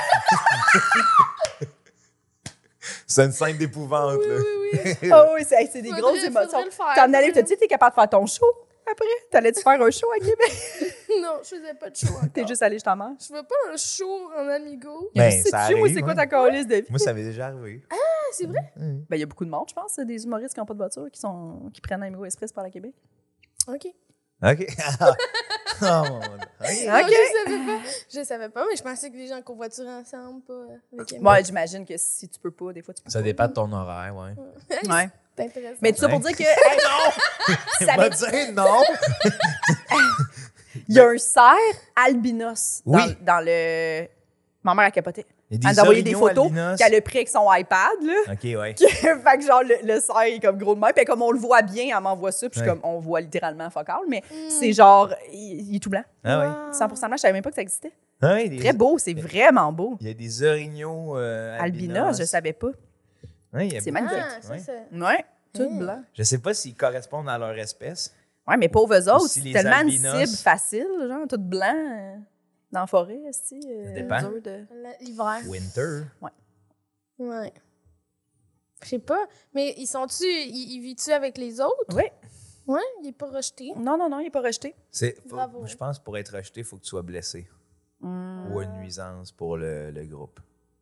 C'est une scène d'épouvante, là. Oh oui, c'est des Faudrait- grosses émotions. faudrait le faire. T'en allais, t'as dit, t'es capable de faire ton show après? T'allais-tu faire un show à Québec? Non, je faisais pas de show encore. T'es juste allé, je t'en mange. Je veux pas un show en amigo. Ben, C'est ça tu, moi, arrive, c'est quoi ouais. ta calice de vie? Moi, ça m'est déjà arrivé. Ah, c'est vrai? Ben, il y a beaucoup de monde, je pense, des humoristes qui n'ont pas de voiture, qui prennent Amigo Express par la Québec. OK. OK. Oh, mon Dieu. OK. Non, je savais pas, mais je pensais que les gens convoituraient ensemble, pas avec Emma. Moi, j'imagine que si tu peux pas, des fois, tu peux Ça pas. dépend de ton horaire, ouais. Ouais. C'est intéressant. Mais tout ça pour Ouais. dire que. Hey, non! Ça Va m'est- dire non! Il y a un cerf albinos Oui. dans le. Ma mère a capoté. Il y Elle a nous a envoyé des orignaux photos albinos. qu'elle a pris avec son iPad, là. OK, ouais. Fait que genre, le cerf est comme gros de même. Puis comme on le voit bien, elle m'envoie ça. Puis je suis Ouais. comme, on voit littéralement focal. Mais c'est genre, il est tout blanc. Ah ouais. 100% blanc. Je savais même pas que ça existait. Ah ouais, Très beau, c'est vraiment beau. Il y a des orignaux Albinos, je savais pas. Ouais, il y a C'est beaucoup- magnifique. Ah, ça, Ouais. c'est... Ouais, tout blanc. Je sais pas s'ils correspondent à leur espèce. Ouais, mais pauvres autres, si c'est les tellement albinos- une cible facile, genre, tout blanc, dans la forêt, aussi. Ça dépend. L'hiver. Winter. Ouais. Je sais pas. Mais ils vivent-tu avec les autres? Oui. Ouais, il est pas rejeté. Non, il n'est pas rejeté. Bravo. Je pense que pour être rejeté, il faut que tu sois blessé. Ou une nuisance pour le groupe.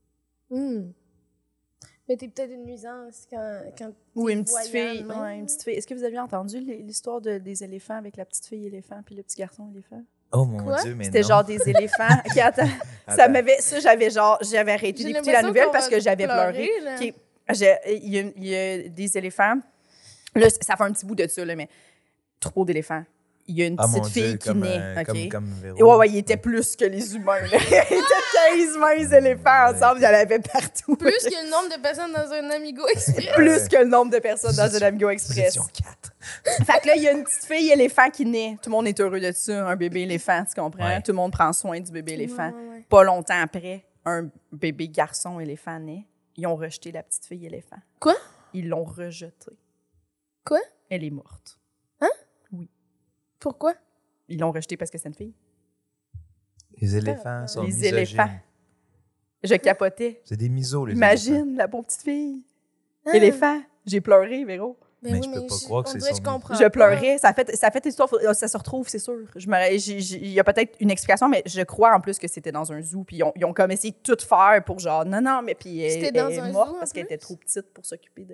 Mais t'es peut-être une nuisance quand Ou t'es une petite voyant fille. de même. Ouais, une petite fille. Est-ce que vous avez entendu l'histoire des éléphants avec la petite fille éléphant puis le petit garçon éléphant? Oh mon Quoi? Dieu, mais C'était non. genre des éléphants. Ok, attends. J'avais arrêté J'ai d'écouter la l'impression nouvelle qu'on parce va que j'avais pleurer, pleuré. là. Ok. Il y a des éléphants. Là, ça fait un petit bout de ça, là, mais troupeau d'éléphants. Il y a une Ah, mon petite fille Dieu, qui comme, naît. OK? comme Véro. Et ouais, il était plus que les humains. Là. Il était 15-20 éléphants ensemble, il y en avait partout. Plus que le nombre de personnes dans un Amigo Express. Plus que le nombre de personnes dans un Amigo Nous Express. étions 4. Fait que là, il y a une petite fille éléphant qui naît. Tout le monde est heureux de ça. Un bébé éléphant, tu comprends? Ouais. Tout le monde prend soin du bébé éléphant. Ouais. Pas longtemps après, un bébé garçon éléphant naît. Ils ont rejeté la petite fille éléphant. Quoi? Ils l'ont rejetée. Quoi? Elle est morte. Pourquoi? Ils l'ont rejetée parce que c'est une fille. Les éléphants sont Les misogynes. éléphants. Je capotais. C'est des misos, les éléphants. Imagine la pauvre petite fille. Ah. Éléphant. J'ai pleuré, Véro. Ben Mais oui, je peux pas je- croire que on c'est dirait que son je comprends. Je pleurais. Ça fait histoire. Ça se retrouve, c'est sûr. Il y a peut-être une explication, mais je crois en plus que c'était dans un zoo. Puis ils ont comme essayé de tout faire pour genre, non, mais puis C'était elle dans est un morte zoo, en parce qu'elle plus? était trop petite pour s'occuper de.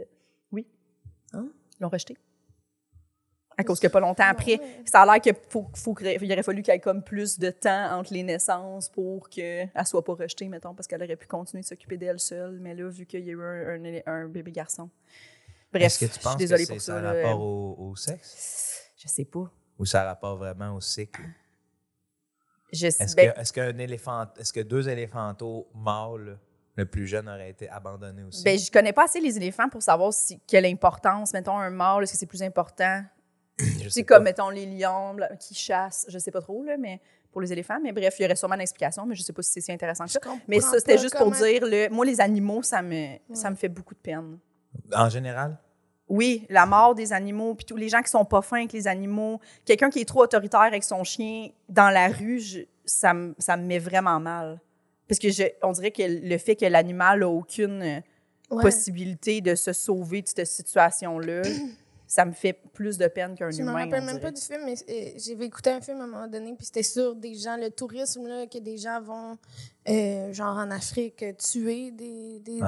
Oui. Hein? Ils l'ont rejeté. À cause que pas longtemps après, ça a l'air qu'il aurait fallu qu'il y ait comme plus de temps entre les naissances pour qu'elle ne soit pas rejetée, mettons, parce qu'elle aurait pu continuer de s'occuper d'elle seule. Mais là, vu qu'il y a eu un bébé garçon. Bref, est-ce que tu penses que c'est un rapport au sexe? Je sais pas. Ou ça a rapport vraiment au cycle? Est-ce que 2 éléphantaux mâles, le plus jeune, aurait été abandonné aussi? Ben, je connais pas assez les éléphants pour savoir quelle importance, mettons, un mâle, est-ce que c'est plus important? C'est comme, mettons, les lions qui chassent, je sais pas trop, là, mais pour les éléphants. Mais bref, il y aurait sûrement une explication, mais je sais pas si c'est si intéressant que ça. Mais ça, c'était juste pour dire, moi, les animaux, ça me fait beaucoup de peine. En général? Oui, la mort des animaux, puis tous les gens qui sont pas fins avec les animaux. Quelqu'un qui est trop autoritaire avec son chien dans la rue, ça me met vraiment mal. Parce que on dirait que le fait que l'animal n'a aucune possibilité de se sauver de cette situation-là, ça me fait plus de peine qu'un humain. Je me rappelle même pas du film, mais j'ai écouté un film à un moment donné, puis c'était sur des gens, le tourisme, là, que des gens vont, genre en Afrique, tuer des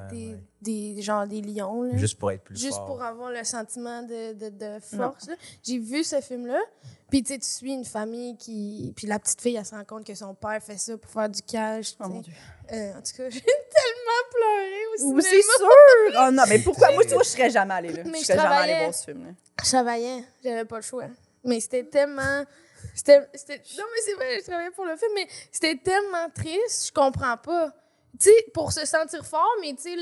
lions. Là. Juste pour être plus fort. Juste pour avoir le sentiment de force. J'ai vu ce film-là, puis tu suis une famille qui... Puis la petite fille, elle se rend compte que son père fait ça pour faire du cash. Oh mon Dieu. En tout cas, j'ai tellement pleuré au cinéma. Oui, c'est sûr! Oh non, mais pourquoi? Moi, tu vois, je serais jamais allée là. Mais je serais jamais allée voir ce film-là. Je travaillais, j'avais pas le choix. Mais c'était tellement... Non, mais c'est vrai, je travaillais pour le film, mais c'était tellement triste, je comprends pas. Tu sais, pour se sentir fort, mais tu sais,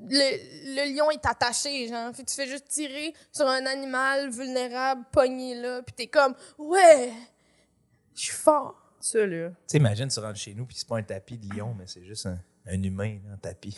le lion est attaché, genre. Fait que tu fais juste tirer sur un animal vulnérable, pogné là, puis t'es comme, ouais, je suis fort. Ça, là. Tu sais, imagine, tu rentres chez nous, puis c'est pas un tapis de lion, mais c'est juste un humain, là, un tapis.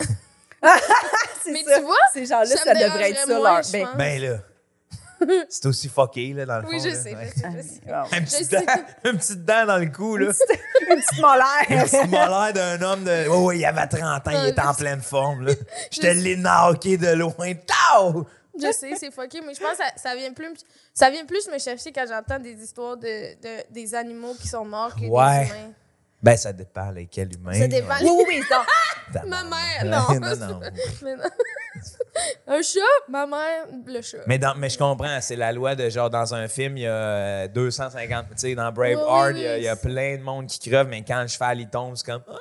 Mais ça. tu vois, ces gens-là, ça devrait être ça, leur... Ben là, c'est aussi fucké, là, dans le fond. Oui, je là. sais, Ouais. je sais. Une petite dent dans le cou, là. Une petite molaire. Une petite molaire d'un homme de... Oh, oui, il avait 30 ans, il était en pleine forme, là. Je te l'ai knocké de loin. Tao! Je sais, c'est fucké, mais je pense que ça vient plus me chercher quand j'entends des histoires des animaux qui sont morts que des humains. Ben, ça dépend, lesquels humains. Ça dépend. Oui, non. Ma mère, non. Non. Mais non. Un chat, ma mère, le chat. Mais je comprends, c'est la loi de genre dans un film, il y a 250, tu sais, dans Braveheart, il y a plein de monde qui crevent, mais quand le cheval il tombe, c'est comme oh non!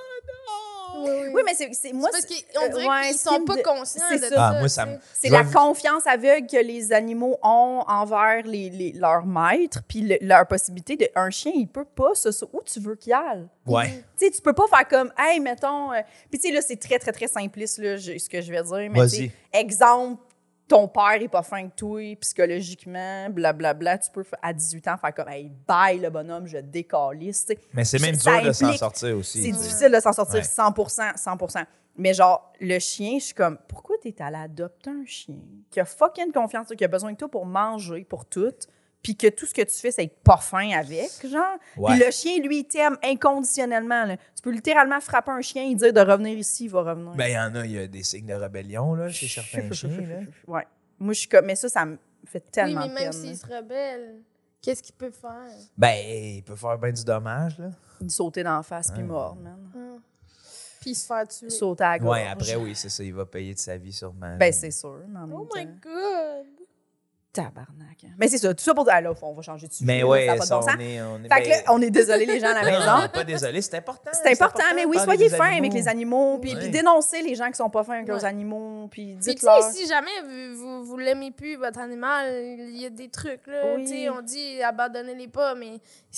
Oui, mais c'est moi. C'est parce qu'on dirait qu'ils sont pas conscients de ça. Moi, ça me... C'est la confiance aveugle que les animaux ont envers leurs maîtres, puis leur possibilité de. Un chien, il peut pas où tu veux qu'il aille. Ouais. Tu sais, tu peux pas faire comme, hey, mettons. Puis, tu sais, là, c'est très, très, très simpliste, là, ce que je vais dire. Mais, tu sais, exemple, ton père est pas fin que toi, psychologiquement, blablabla. Tu peux, à 18 ans, faire comme, hey, bye le bonhomme, je décalisse. Mais c'est même dur de s'en sortir aussi. C'est difficile de s'en sortir 100%. Mais genre, le chien, je suis comme, pourquoi t'es allé adopter un chien qui a fucking confiance, qui a besoin de toi pour manger, pour tout, puis que tout ce que tu fais, c'est être pas fin avec, genre. Puis le chien, lui, il t'aime inconditionnellement. Là. Tu peux littéralement frapper un chien et dire de revenir ici, il va revenir. Ben, il y a des signes de rébellion, là, chez certains chiens, là. Ouais. Moi, je suis comme, mais ça me fait tellement oui, mais même peine. s'il se rebelle, qu'est-ce qu'il peut faire? Ben, il peut faire bien du dommage, là. Il sauter dans la face puis mort, man. Puis se faire tuer. Sauter à la gorge. Ouais, après, oui, c'est ça. Il va payer de sa vie, sûrement. Ben, c'est sûr. Mais en même Oh my temps. God! Tabarnak. Mais c'est ça. Tout ça pour dire, ah, là, on va changer de sujet. Mais là, ouais, ça a pas de ça, bon sens. on est Fait que là, on est désolé les gens à la maison. Non, pas désolé, c'est important. C'est important, mais oui, de soyez parler des fins animaux. avec les animaux, puis dénoncez les gens qui sont pas fins avec leurs animaux, puis Puis tu dites-leur. sais, si jamais vous l'aimez plus, votre animal, il y a des trucs, là. Oui. Tu sais, on dit abandonnez-les pas, mais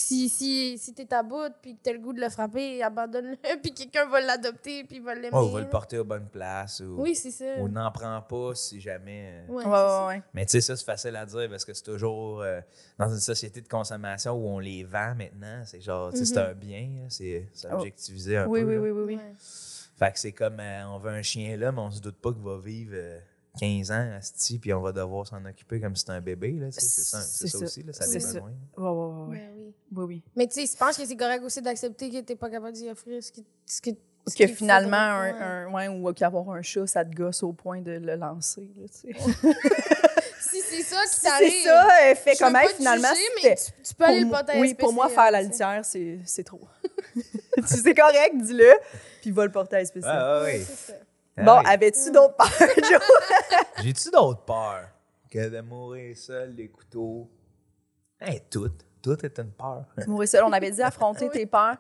si t'es à bout puis que t'as le goût de le frapper, abandonne-le, puis quelqu'un va l'adopter puis va l'aimer. On va le porter aux bonnes places. Oui, c'est ça. Ou n'en prend pas si jamais. Ouais. Mais tu sais, ça, c'est facile à dire parce que c'est toujours dans une société de consommation où on les vend maintenant. C'est genre, tu sais, c'est un bien, là, c'est objectivisé un peu. Oui. Ouais. Fait que c'est comme, on veut un chien là, mais on se doute pas qu'il va vivre 15 ans, asti, puis on va devoir s'en occuper comme si c'était un bébé. Là, c'est ça aussi, là, ça a des besoins. Ouais. Ben Oui. Mais tu sais, je pense que c'est correct aussi d'accepter que t'es pas capable d'y offrir ce que Parce que finalement, ou qu'avoir un chat, ça te gosse au point de le lancer. Là, tu sais. Si c'est ça qui Si t'arrive. c'est ça, fait je comme veux elle, pas te finalement. juger, mais tu peux aller le porter à Oui, SPCA, pour moi, faire la tu sais. litière, c'est trop. C'est correct, dis-le, puis va le porter à SPCA. Oui. C'est ça. Bon, avais-tu d'autres peurs, Joe? J'ai-tu d'autres peurs que de mourir seul, les couteaux? Tout est une peur. Mourir seul, on avait dit affronter tes peurs.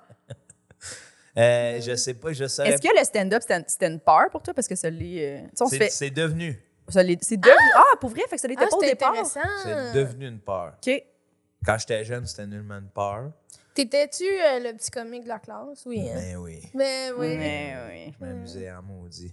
Je sais pas, je saurais. Est-ce que le stand-up, c'était une peur pour toi? Parce que ça l'est... C'est devenu. C'est devenu... Ah, pour vrai? Fait que ça l'était pas au départ? C'est devenu une peur. OK. Quand j'étais jeune, c'était nullement une peur. T'étais-tu le petit comique de la classe? Oui. Hein? Ben oui. Ben oui. Oui. Je m'amusais en maudit.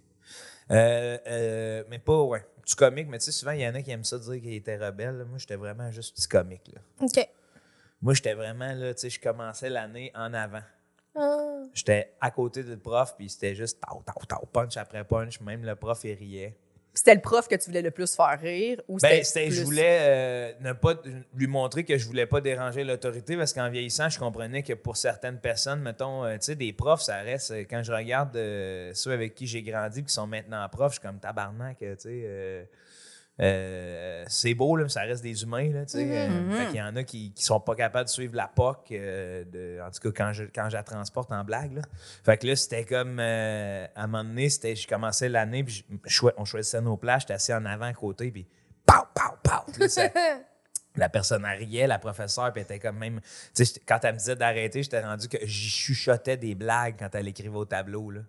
Mais pas, petit comique, mais tu sais, souvent, il y en a qui aiment ça dire qu'il était rebelle. Moi, j'étais vraiment juste petit comique. Là. OK. Moi, j'étais vraiment, là, tu sais, je commençais l'année en avant. Ah. J'étais à côté du prof, puis c'était juste punch après punch. Même le prof, il riait. C'était le prof que tu voulais le plus faire rire? Ou c'était je voulais ne pas lui montrer que je voulais pas déranger l'autorité parce qu'en vieillissant, je comprenais que pour certaines personnes, mettons, tu sais, des profs, ça reste... Quand je regarde ceux avec qui j'ai grandi qui sont maintenant profs, je suis comme tabarnak, tu sais... c'est beau, là, mais ça reste des humains. Là, fait qu'il y en a qui sont pas capables de suivre la POC, en tout cas quand je la transporte en blague. Là. Fait que là, c'était comme à un moment donné, je commençais l'année, puis on choisissait nos places, j'étais assis en avant à côté, puis pow, pow, pow. Puis là, la personne riait, la professeure, puis elle était comme même. Tu sais, quand elle me disait d'arrêter, j'étais rendu que j'y chuchotais des blagues quand elle écrivait au tableau. Là.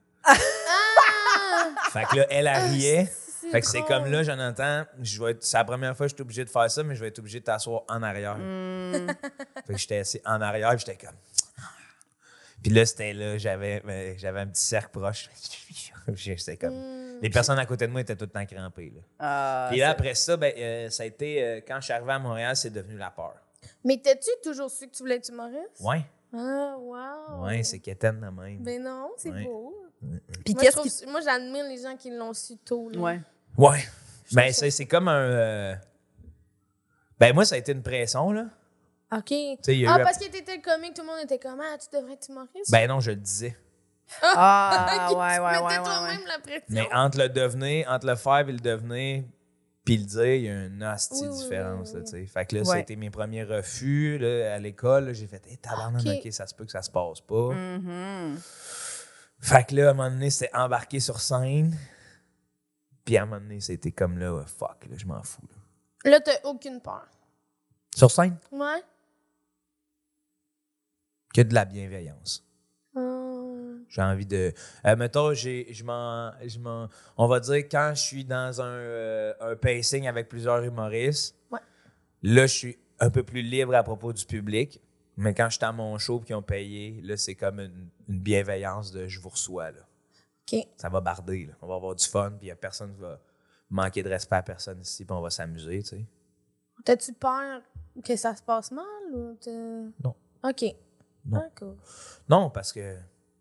Fait que là, elle riait. Fait que c'est comme là, Jonathan, c'est la première fois que je suis obligé de faire ça, mais je vais être obligé de t'asseoir en arrière. Fait que j'étais assis en arrière, puis j'étais comme... Puis là, c'était là, j'avais un petit cercle proche. J'étais comme... Les personnes à côté de moi étaient tout le temps crampées. Là. Puis là, après ça, ça a été... quand je suis arrivé à Montréal, c'est devenu la peur. Mais t'as-tu toujours su que tu voulais être humoriste? Oui. Ah, wow! Oui, c'est quétaine de même. Ben non, c'est beau. Puis moi, j'admire les gens qui l'ont su tôt. Là. Ouais. Ouais. Ben, c'est comme un... moi, ça a été une pression, là. OK. Parce que t'étais le comique, tout le monde était comme « Ah, tu devrais être humoriste? » Ben non, je le disais. ouais. Tu mettais toi-même la pression. Mais entre le faire et le devenir, puis le dire, il y a une hostie différence, là, tu sais. Fait que là, ça a été mes premiers refus, là, à l'école. Là, j'ai fait « tabarnak, OK, ça se peut que ça se passe pas. Fait que là, à un moment donné, c'était embarqué sur scène. Puis à un moment donné, c'était comme là, fuck, là, je m'en fous. Là, t'as aucune peur. Sur scène? Ouais. Que de la bienveillance. J'ai envie de... mettons, on va dire, quand je suis dans un pacing avec plusieurs humoristes, là, je suis un peu plus libre à propos du public. Mais quand je suis à mon show et qu'ils ont payé, là, c'est comme une bienveillance de « je vous reçois », là. Okay. Ça va barder, là. On va avoir du fun, puis personne ne va manquer de respect à personne ici, puis on va s'amuser, tu sais. T'as-tu peur que ça se passe mal? Ou non. OK. Non. D'accord. Non, parce que...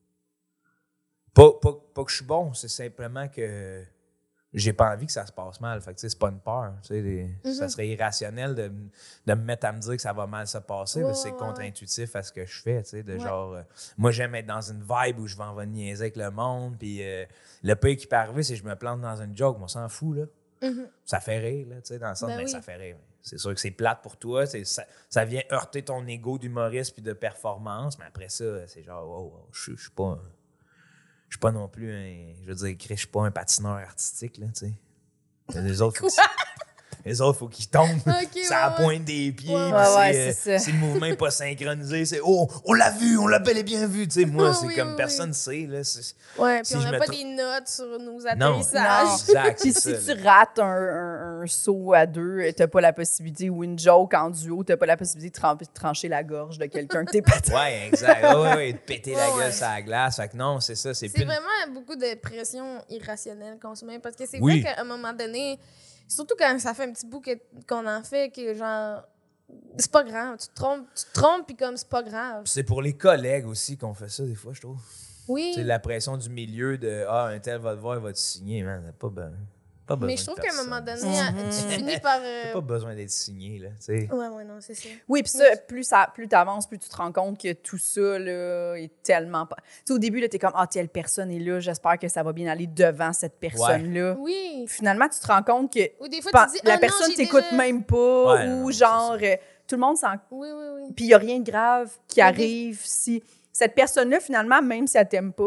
Pas que je suis bon, c'est simplement que j'ai pas envie que ça se passe mal. Fait que, tu sais, c'est pas une peur. Tu sais, ça serait irrationnel de me mettre à me dire que ça va mal se passer. C'est contre-intuitif à ce que je fais. Tu sais, genre, moi, j'aime être dans une vibe où je vais en niaiser avec le monde. Puis le pire qui peut arriver, c'est que je me plante dans une joke. Mais on s'en fout, là. Ça fait rire, là, tu sais, dans le sens, mais ça fait rire. C'est sûr que c'est plate pour toi. Ça vient heurter ton ego d'humoriste puis de performance. Mais après ça, c'est genre, je suis pas... Je suis pas non plus je suis pas un patineur artistique, là, tu sais. Les autres, faut qu'ils tombent. Ça pointe des pieds, si le mouvement n'est pas synchronisé, c'est « Oh, on l'a vu, on l'a bel et bien vu », tu sais. Moi, c'est comme personne ne sait, là. Puis on n'a pas des notes sur nos atterrissages. Non, exact. Puis si tu rates un saut à deux, t'as pas la possibilité, ou une joke en duo, t'as pas la possibilité de trancher la gorge de quelqu'un que t'es pas. Ouais, exact. De péter la gueule sur la glace. Fait que non, c'est ça. C'est vraiment beaucoup de pression irrationnelle qu'on se met. Parce que c'est vrai qu'à un moment donné, surtout quand ça fait un petit bout qu'on en fait, que genre, c'est pas grave. Tu te trompes, puis comme c'est pas grave. C'est pour les collègues aussi qu'on fait ça, des fois, je trouve. Oui. C'est la pression du milieu de « Ah, un tel va te voir, il va te signer. » Man, pas besoin. Mais je trouve qu'à un moment donné, tu finis par... T'as pas besoin d'être signé, là, tu sais. Ouais, non, c'est ça. Oui, puis ça, plus t'avances, plus tu te rends compte que tout ça, là, est tellement pas... Tu sais, au début, là, t'es comme, telle personne est là, j'espère que ça va bien aller devant cette personne-là. Oui. Finalement, tu te rends compte que ou des fois, tu dis, la personne t'écoute même pas, ou genre, tout le monde s'en... Oui. Puis il y a rien de grave qui arrive si... Cette personne-là, finalement, même si elle t'aime pas,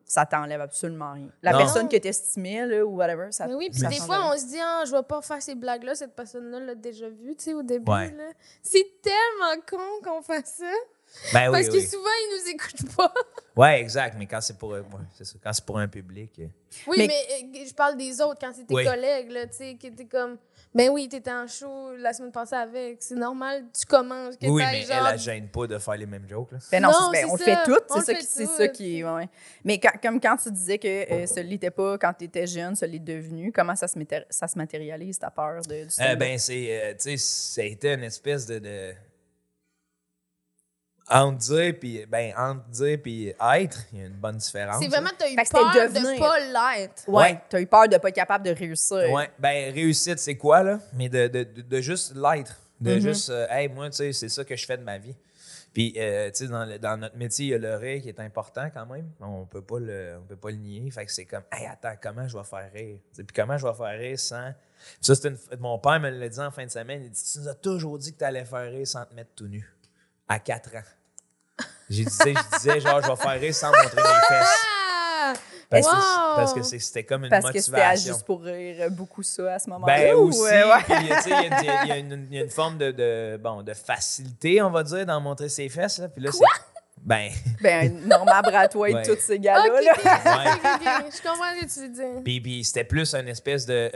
ça t'enlève absolument rien. La Non. personne que t'estimais, là, ou whatever, ça... Mais oui, puis ça des change fois, rien. on se dit, je vais pas faire ces blagues-là, cette personne-là l'a déjà vu, tu sais, au début. Ouais. Là. C'est tellement con qu'on fasse ça. Ben oui, Parce que oui. souvent, ils nous écoutent pas. Ouais, exact. Mais quand c'est pour, c'est ça, quand c'est pour un public. Oui, Mais- mais je parle des autres, quand c'est tes Oui. collègues, là, tu sais, qui étaient comme, ben oui, t'étais en show la semaine passée avec, c'est normal, tu commences, que Oui, t'ailles mais genre... elle gêne pas de faire les mêmes jokes. Là. Ben non, Non, ben, c'est on le ça. fait tout. On C'est le ça, fait c'est tout. ça qui est... Ouais. Mais comme quand tu disais que ça l'était pas quand tu étais jeune, ça l'est devenu, comment ça se matérialise, ta peur du stand-up? Ben, c'est, tu sais, ça a été une espèce de entre dire puis être, il y a une bonne différence. C'est vraiment, t'as eu Fait que peur c'était de devenir. pas l'être. Ouais, t'as eu peur de pas être capable de réussir. Ouais, ben réussite, c'est quoi, là? Mais de juste l'être. De juste, hey, moi, tu sais, c'est ça que je fais de ma vie. Puis, tu sais, dans notre métier, il y a le rire qui est important quand même. On peut pas le nier. Fait que c'est comme, hey, attends, comment je vais faire rire? T'sais, puis comment je vais faire rire sans... Puis ça, mon père me l'a dit en fin de semaine. Il dit, tu nous as toujours dit que tu allais faire rire sans te mettre tout nu. À 4 ans. Je disais, genre, je vais faire rire sans montrer mes fesses. Ah! Parce que c'était comme une Parce que c'était à motivation. Juste pour rire beaucoup ça à ce moment-là. Ben ou, aussi, ouais. puis, tu sais, il y a une forme de facilité, on va dire, d'en montrer ses fesses. Là. Puis là, Quoi? Ben, Ben, Normand Bratois et Ouais. tous ces gars-là. Ok, là. ok. Je comprends ce que tu veux dire. puis c'était plus une espèce de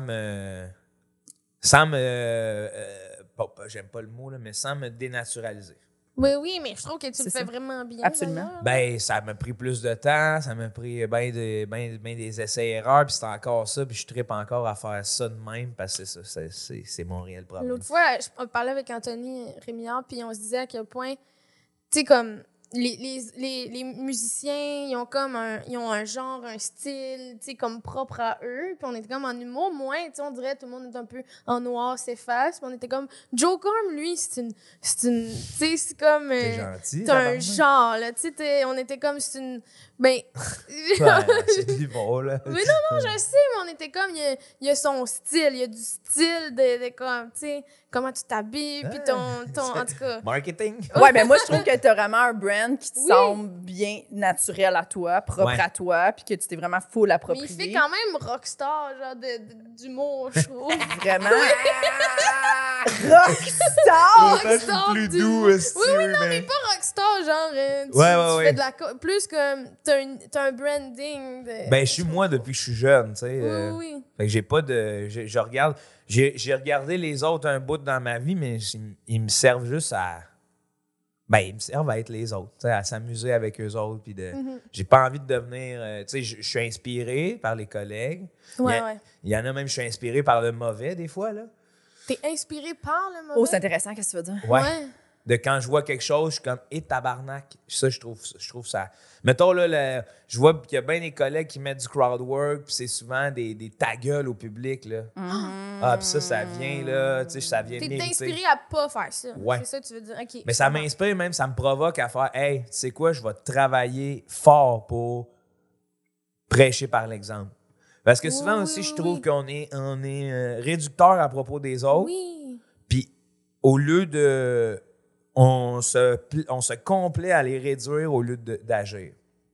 bon, j'aime pas le mot, là, mais sans me dénaturaliser. Oui, mais je trouve que tu le C'est fais ça. vraiment bien. Absolument. d'ailleurs. Ben, ça m'a pris plus de temps, ça m'a pris ben des essais-erreurs, puis c'est encore ça, puis je trippe encore à faire ça de même, parce que c'est mon réel problème. L'autre fois, on parlait avec Anthony Rémillard, puis on se disait à quel point, tu sais, comme les musiciens, ils ont comme ils ont un genre, un style, tu sais, comme propre à eux. Puis on était comme en humour, moins, tu sais, on dirait tout le monde est un peu en noir, s'efface. Puis on était comme, Joe Corm, lui, c'est une tu sais, c'est comme... T'es gentil. c'est un tabarnak. genre, là, tu sais, on était comme, c'est une... Ben... Ouais, c'est de l'humour, là. Mais non, je sais, mais on était comme, il y a son style, il y a du style de comme, tu sais, comment tu t'habilles, puis ton, en tout cas. Marketing. Ouais, mais moi, je trouve que t'as vraiment un brand qui te Oui. semble bien naturel à toi, propre Ouais. à toi, puis que tu t'es vraiment full Mais approprié. il fait quand même rockstar, genre, d'humour, je trouve. Vraiment. Rockstar! Rockstar plus du- doux, Oui, non, mais pas rockstar, genre, tu Ouais. fais de la... Plus comme, t'as un branding de... Ben, je suis moi depuis que je suis jeune, tu sais. Oui. Fait que j'ai pas de. Je regarde. J'ai regardé les autres un bout dans ma vie, mais ils me servent juste à. Ben, ils me servent à être les autres, tu sais, à s'amuser avec eux autres. Puis de. J'ai pas envie de devenir. Tu sais, je suis inspiré par les collègues. Ouais. Il y en a même, je suis inspiré par le mauvais, des fois, là. T'es inspiré par le mauvais? Oh, c'est intéressant, qu'est-ce que tu veux dire? Ouais. De quand je vois quelque chose, je suis comme, et tabarnak. Ça, je trouve ça. Mettons, là, je vois qu'il y a bien des collègues qui mettent du crowd work, puis c'est souvent des ta gueule au public, là. Ah, puis ça vient, là, tu sais, ça vient T'es m'irriter. inspiré à pas faire ça. Ouais. C'est ça que tu veux dire? OK. Mais ça m'inspire même, ça me provoque à faire, hey, tu sais quoi, je vais travailler fort pour prêcher par l'exemple. Parce que souvent Oui, aussi, oui, je oui, trouve oui. qu'on est réducteur à propos des autres. Oui. Puis au lieu de. On se complaît à les réduire au lieu d'agir.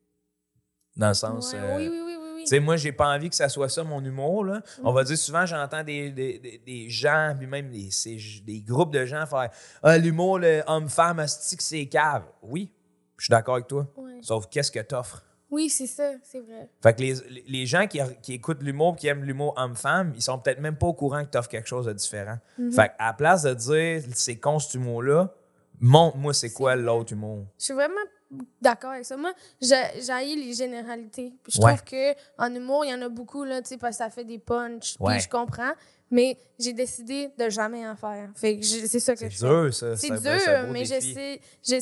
Dans le sens. Ouais, oui. Tu sais, moi, j'ai pas envie que ça soit ça, mon humour. Là. On va dire souvent, j'entends des gens, puis même des groupes de gens faire l'humour, le homme-femme, hostie que c'est cave. Oui, je suis d'accord avec toi. Ouais. Sauf qu'est-ce que t'offres? Oui, c'est ça, c'est vrai. Fait que les gens qui écoutent l'humour, qui aiment l'humour homme-femme, ils sont peut-être même pas au courant que t'offres quelque chose de différent. Fait qu'à la place de dire c'est con cet humour-là, montre-moi c'est quoi l'autre humour. Je suis vraiment d'accord avec ça. Moi, j'haïs les généralités. Puis je Ouais. trouve qu'en humour, il y en a beaucoup, là, tu sais, parce que ça fait des punchs. Ouais. Puis je comprends. Mais j'ai décidé de jamais en faire. Fait que c'est ça que C'est je fais. dur, ça. C'est un dur, beau mais défi.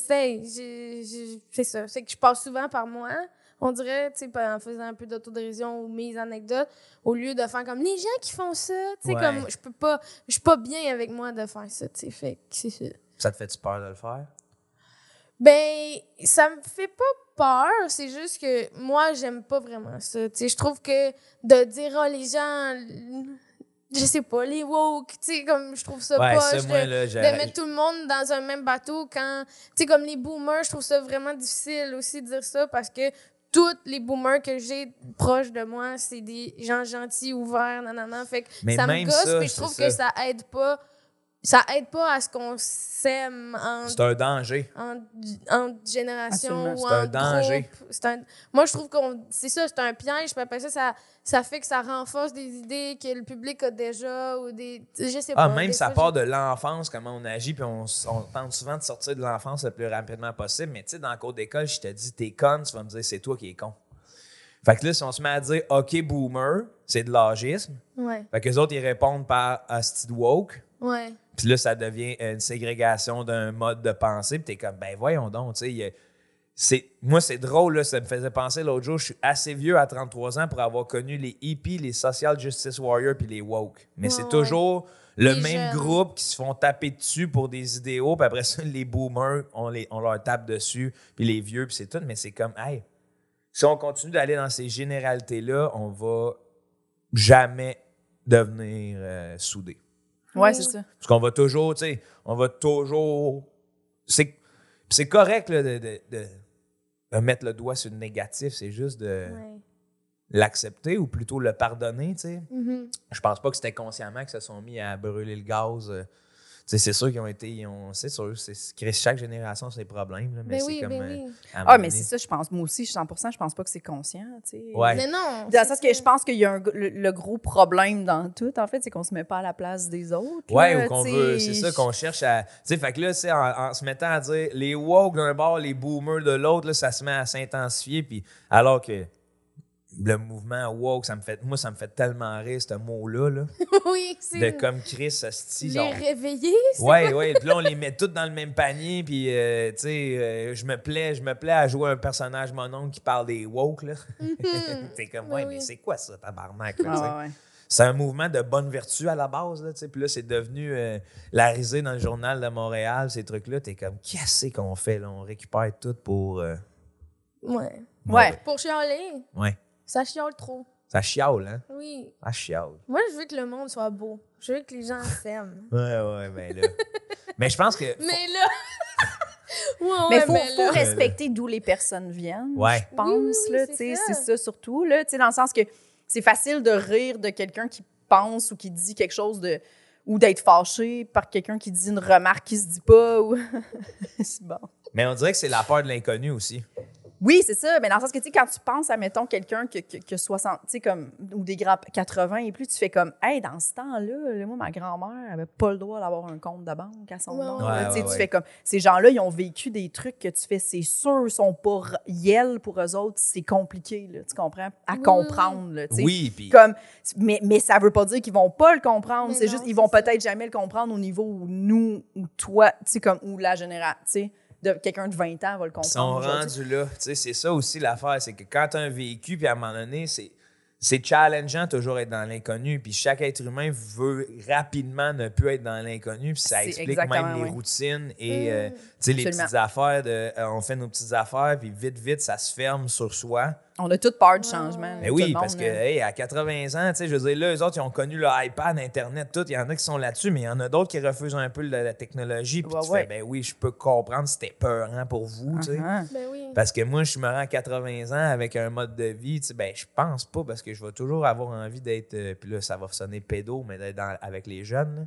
j'essaie. C'est ça. C'est que je passe souvent par moi. On dirait, tu sais, en faisant un peu d'autodérision ou mes anecdotes, au lieu de faire comme les gens qui font ça. Tu sais, Ouais. comme je suis pas bien avec moi de faire ça, tu sais. Fait que c'est ça. Ça te fait-tu peur de le faire? Ben, ça me fait pas peur, c'est juste que moi, j'aime pas vraiment ça. Tu sais, je trouve que de dire, les gens, je sais pas, les woke, tu sais, comme je trouve ça Ouais, poche ça, moi, de là, mettre tout le monde dans un même bateau quand, tu sais, comme les boomers, je trouve ça vraiment difficile aussi de dire ça parce que tous les boomers que j'ai proches de moi, c'est des gens gentils, ouverts, nanana. Fait que mais ça même me gosse, ça, puis je trouve que ça aide pas. Ça aide pas à ce qu'on s'aime c'est un danger. en génération ou c'est en un danger. groupe. Moi, je trouve c'est c'est un piège. Puis après ça fait que ça renforce des idées que le public a déjà ou des... Je sais pas. Même ça part de l'enfance, comment on agit, puis on tente souvent de sortir de l'enfance le plus rapidement possible. Mais tu sais, dans le cours d'école, je te dis, t'es con, tu vas me dire, c'est toi qui es con. Fait que là, si on se met à dire, OK, boomer, c'est de l'âgisme. Ouais. Fait que les autres, ils répondent par hostie de woke. Ouais. Puis là, ça devient une ségrégation d'un mode de pensée. Puis t'es comme, ben voyons donc, tu sais. Moi, c'est drôle, là, ça me faisait penser l'autre jour, je suis assez vieux à 33 ans pour avoir connu les hippies, les social justice warriors puis les woke. Mais c'est toujours le même groupe qui se font taper dessus pour des idéaux. Puis après ça, les boomers, on leur tape dessus. Puis les vieux, puis c'est tout. Mais c'est comme, hey, si on continue d'aller dans ces généralités-là, on va jamais devenir soudés. Ouais, c'est ça. Parce qu'on va toujours, tu sais, C'est correct là, de mettre le doigt sur le négatif, c'est juste de l'accepter ou plutôt le pardonner, tu sais. Mm-hmm. Je pense pas que c'était consciemment qu'ils se sont mis à brûler le gaz. Tu sais, c'est sûr qu'ils ont été... c'est sûr, chaque génération a ses problèmes, là, mais c'est comme... mais c'est ça, je pense. Moi aussi, je suis 100%, je pense pas que c'est conscient, tu sais. Ouais. Mais non! Dans le sens que je pense qu'il y a le gros problème dans tout, en fait, c'est qu'on se met pas à la place des autres. Ouais, là, ou qu'on veut... C'est ça qu'on cherche à... Tu sais, fait que là, c'est en se mettant à dire les woke d'un bord, les boomers de l'autre, là, ça se met à s'intensifier, puis alors que... Le mouvement woke, ça me fait tellement rire, ce mot-là. Là. Oui, c'est... De comme Chris, hostie. Les réveiller, c'est Ouais. Puis là, on les met tous dans le même panier. Puis, tu sais, je me plais à jouer un personnage mononcle qui parle des woke, là. T'es comme, mais c'est quoi ça, tabarnak, là, ouais. C'est un mouvement de bonne vertu à la base, là, tu sais. Puis là, c'est devenu la risée dans le journal de Montréal, ces trucs-là. T'es comme, qu'est-ce qu'on fait, là? On récupère tout pour... Ouais. Pour chialer. Ouais. Ça chiale trop. Ça chiale, hein? Oui. Ça chiale. Moi, je veux que le monde soit beau. Je veux que les gens s'aiment. Ouais, ben là. Mais je pense que... Mais là... mais faut respecter d'où les personnes viennent, je pense. Oui, là, c'est ça surtout. Là, dans le sens que c'est facile de rire de quelqu'un qui pense ou qui dit quelque chose de... ou d'être fâché par quelqu'un qui dit une remarque qui se dit pas. Ou... c'est bon. Mais on dirait que c'est la peur de l'inconnu aussi. Oui, c'est ça. Mais dans le sens que, tu sais, quand tu penses à, mettons, quelqu'un que 60, tu sais, comme, ou des grands 80 et plus, tu fais comme, hey, dans ce temps-là, moi, ma grand-mère avait pas le droit d'avoir un compte de banque à son nom. Tu fais comme, ces gens-là, ils ont vécu des trucs que tu fais, c'est sûr, ils sont pas yel pour eux autres, c'est compliqué, là, tu comprends? À comprendre, là, tu sais. Oui, puis... Comme, mais ça veut pas dire qu'ils vont pas le comprendre, Mais c'est non, juste, ils vont peut-être jamais le comprendre au niveau où nous, ou toi, tu sais, comme, ou la génération, tu sais. Quelqu'un de 20 ans va le comprendre. Ils sont rendus là. Tu sais, c'est ça aussi l'affaire, c'est que quand tu as un vécu, puis à un moment donné, c'est challengeant toujours être dans l'inconnu. Puis chaque être humain veut rapidement ne plus être dans l'inconnu. Puis ça explique même les routines et tu sais, les petites affaires. On fait nos petites affaires, puis vite, ça se ferme sur soi. On a toute peur du changement. Mais oui, parce que à 80 ans, tu sais, je veux dire, là, eux autres, ils ont connu le iPad, Internet, tout. Il y en a qui sont là-dessus, mais il y en a d'autres qui refusent un peu la technologie. Puis tu fais, ben oui, je peux comprendre, c'était peurant pour vous, tu sais. Ben oui. Parce que moi, je me rends à 80 ans avec un mode de vie, tu sais, ben je pense pas, parce que je vais toujours avoir envie d'être, puis là, ça va sonner pédo, mais d'être avec les jeunes,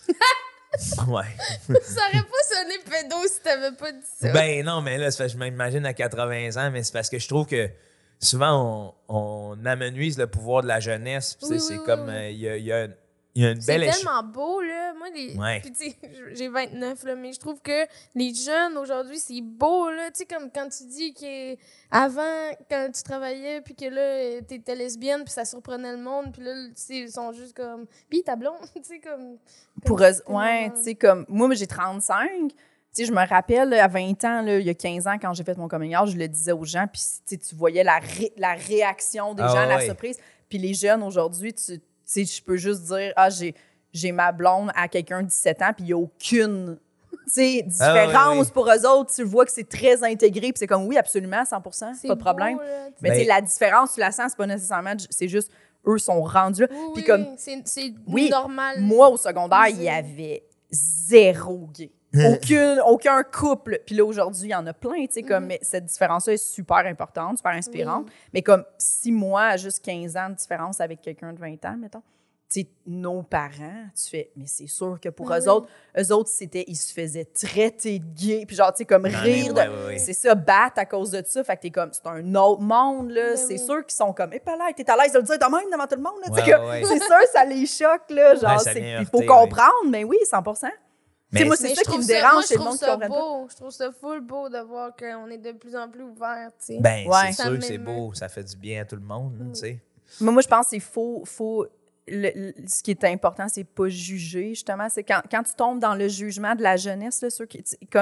ouais. Ça aurait pas sonné pédo si t'avais pas dit ça. Ben non, mais là, je m'imagine à 80 ans, mais c'est parce que je trouve que souvent, on amenuise le pouvoir de la jeunesse. C'est comme, il y a une belle... C'est tellement beau, là. Moi, puis, tu sais, j'ai 29, là, mais je trouve que les jeunes, aujourd'hui, c'est beau, là. Tu sais, comme quand tu dis qu'avant, quand tu travaillais, puis que là, t'étais lesbienne, puis ça surprenait le monde, puis là, tu sais, ils sont juste comme... Puis ta blonde, tu sais, comme... Pour eux, ouais, tu sais, comme... Moi, j'ai 35. Tu sais, je me rappelle, là, à 20 ans, là, il y a 15 ans, quand j'ai fait mon coming out, je le disais aux gens, puis tu voyais la réaction des gens, la surprise. Puis les jeunes, aujourd'hui, tu sais, je peux juste dire, j'ai ma blonde à quelqu'un de 17 ans, puis il n'y a aucune différence pour eux autres. Tu vois que c'est très intégré, puis c'est comme, oui, absolument, 100%, pas de problème. Beau, là, mais tu sais, la différence, tu la sens, c'est pas nécessairement, c'est juste, eux sont rendus là. Oui, puis comme, c'est normal. Moi, au secondaire, il y avait zéro gay. aucun couple. Puis là, aujourd'hui, il y en a plein, tu sais, comme, mais cette différence-là est super importante, super inspirante. Mais comme 6 mois, juste 15 ans de différence avec quelqu'un de 20 ans, mettons, tu sais, nos parents, tu fais, mais c'est sûr que pour eux autres, ils se faisaient traiter de gays, puis genre, tu sais, comme rire, c'est ça, battre à cause de ça. Fait que t'es comme, c'est un autre monde, là. C'est sûr qu'ils sont comme, pas là, t'es à l'aise de le dire de même devant tout le monde, là. C'est sûr, ça les choque, là. Genre, il faut comprendre, mais oui, 100%. Mais moi, c'est ça qui me dérange, c'est le monde qui comprenne pas. Je trouve ça full beau de voir qu'on est de plus en plus ouvert, tu sais. Ben, c'est sûr que c'est beau, ça fait du bien à tout le monde, tu sais. Moi, je pense qu'il faut ce qui est important, c'est pas juger, justement. C'est quand tu tombes dans le jugement de la jeunesse, là, c'est eux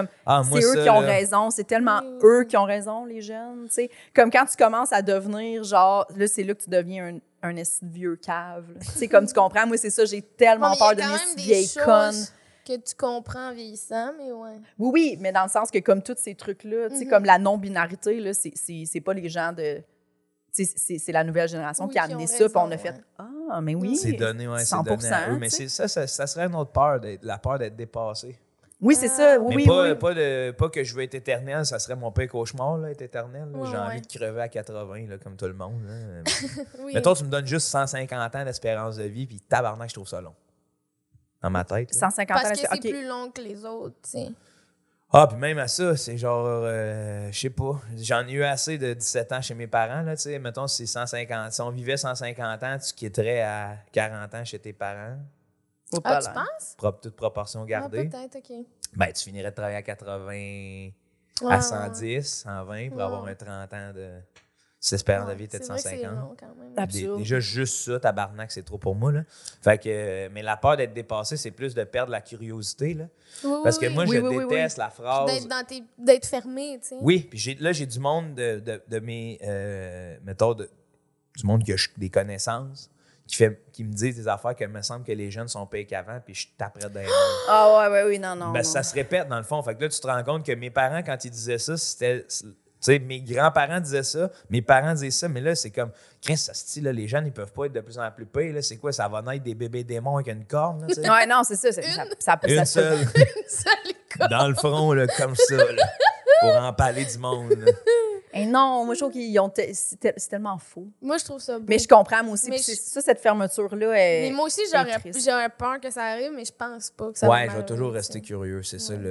qui ont raison. C'est tellement eux qui ont raison, les jeunes, tu sais. Comme quand tu commences à devenir, genre, là, c'est là que tu deviens un esti de vieux cave. Tu sais, comme tu comprends, moi, c'est ça, j'ai tellement peur de mes vieilles connes. Que tu comprends en vieillissant, mais ouais. Oui, mais dans le sens que comme tous ces trucs-là, tu sais, comme la non-binarité, là, c'est pas les gens de... C'est la nouvelle génération qui a amené ça, puis on a fait « Ah, mais oui, c'est donné, c'est donné à eux. Mais ça serait une autre peur, la peur d'être dépassé. Oui, c'est ça. Mais pas que je veux être éternel, ça serait mon pire cauchemar, là, être éternel. J'ai envie de crever à 80, là, comme tout le monde. Mettons, tu me donnes juste 150 ans d'espérance de vie, puis tabarnak, je trouve ça long. Dans ma tête. 150 ans. Parce que c'est plus long que les autres, tu sais. Ah, puis même à ça, c'est genre, je sais pas, j'en ai eu assez de 17 ans chez mes parents, là, tu sais, mettons, c'est 150, si on vivait 150 ans, tu quitterais à 40 ans chez tes parents. Tu penses? Toute proportion gardée. Ah, peut-être, OK. Ben, tu finirais de travailler à 80, à 110, 120 pour avoir un 30 ans de... Si l'espérance de vie était de 150. Long, quand même. Déjà, juste ça, tabarnak, c'est trop pour moi. Là. Fait que, mais la peur d'être dépassé, c'est plus de perdre la curiosité. Là. Parce que moi, je déteste la phrase... D'être fermé, tu sais. Oui, puis j'ai du monde de mes... mettons, du monde qui a des connaissances, qui me disent des affaires que me semble que les jeunes sont payés qu'avant, puis je taperais dans les mains. Ah oui, non. Ben, ça se répète, dans le fond. Fait que là, tu te rends compte que mes parents, quand ils disaient ça, c'était... Tu sais, mes grands-parents disaient ça, mes parents disaient ça, mais là, c'est comme, Chris, ça se dit, là, les jeunes, ils peuvent pas être de plus en plus payés. C'est quoi, ça va naître des bébés démons avec une corne? Là, ouais, non, c'est ça. Une seule. Une seule corne. Dans le front, là, comme ça, là, pour empaler du monde. Et non, moi, je trouve qu'ils ont... c'est tellement faux. Moi, je trouve ça beau. Mais je comprends, moi aussi. Mais cette fermeture-là est... Mais moi aussi, j'aurais peur que ça arrive, mais je pense pas que ça va arriver. Ouais, je vais toujours rester curieux. C'est ça,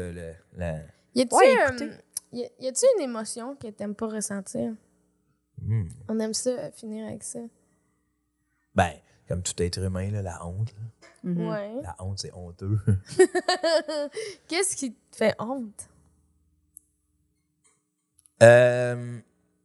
Y a-tu une émotion que t'aimes pas ressentir? On aime ça, finir avec ça. Ben, comme tout être humain, là, la honte. Là. Ouais. La honte, c'est honteux. Qu'est-ce qui te fait honte? Ben,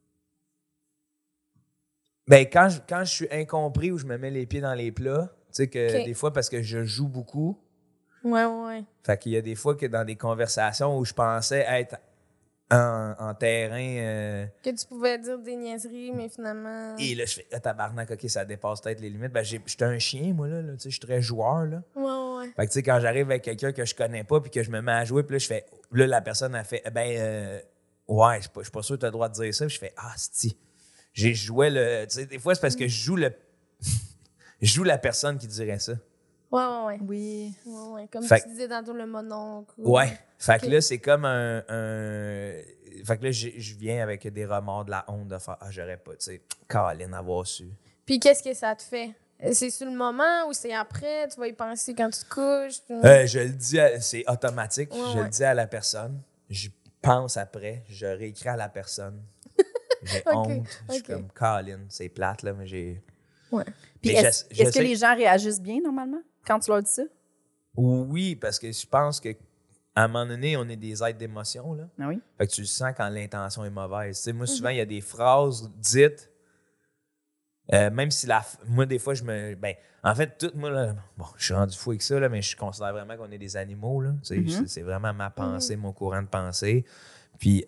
quand je suis incompris ou je me mets les pieds dans les plats, tu sais que des fois, parce que je joue beaucoup. Ouais. Fait qu'il y a des fois que dans des conversations où je pensais être en terrain... que tu pouvais dire des niaiseries, mais finalement... Et là, je fais, tabarnak, OK, ça dépasse peut-être les limites. Ben, j'étais un chien, moi, là. Tu sais, je suis très joueur, là. Ouais. Fait que, tu sais, quand j'arrive avec quelqu'un que je connais pas puis que je me mets à jouer, puis là, je fais... Là, la personne a fait, ouais, je suis pas sûr que tu as le droit de dire ça. Puis je fais, si. J'ai joué le... Tu sais, des fois, c'est parce que je joue je joue la personne qui dirait ça. Ouais. Oui. Ouais. Comme tu disais tantôt, le mononcle. Ouais. Fait que là, c'est comme un... Fait que là, je viens avec des remords, de la honte de faire, j'aurais pas, tu sais, Caroline, avoir su. Puis qu'est-ce que ça te fait? C'est sur le moment ou c'est après? Tu vas y penser quand tu te couches? Je le dis, c'est automatique. Je le dis à la personne. Je pense après. Je réécris à la personne. J'ai honte. Je suis comme, Caroline, c'est plate, là, mais j'ai... Ouais. Puis est-ce que les gens réagissent bien, normalement, quand tu leur dis ça? Oui, parce que je pense que à un moment donné, on est des êtres d'émotion, là. Ah oui? Fait que tu le sens quand l'intention est mauvaise. Tu sais, moi, souvent, il y a des phrases dites, même si moi, des fois, en fait, tout, moi, là, je suis rendu fou avec ça, là, mais je considère vraiment qu'on est des animaux, là. Tu sais, c'est vraiment ma pensée, mon courant de pensée. Puis,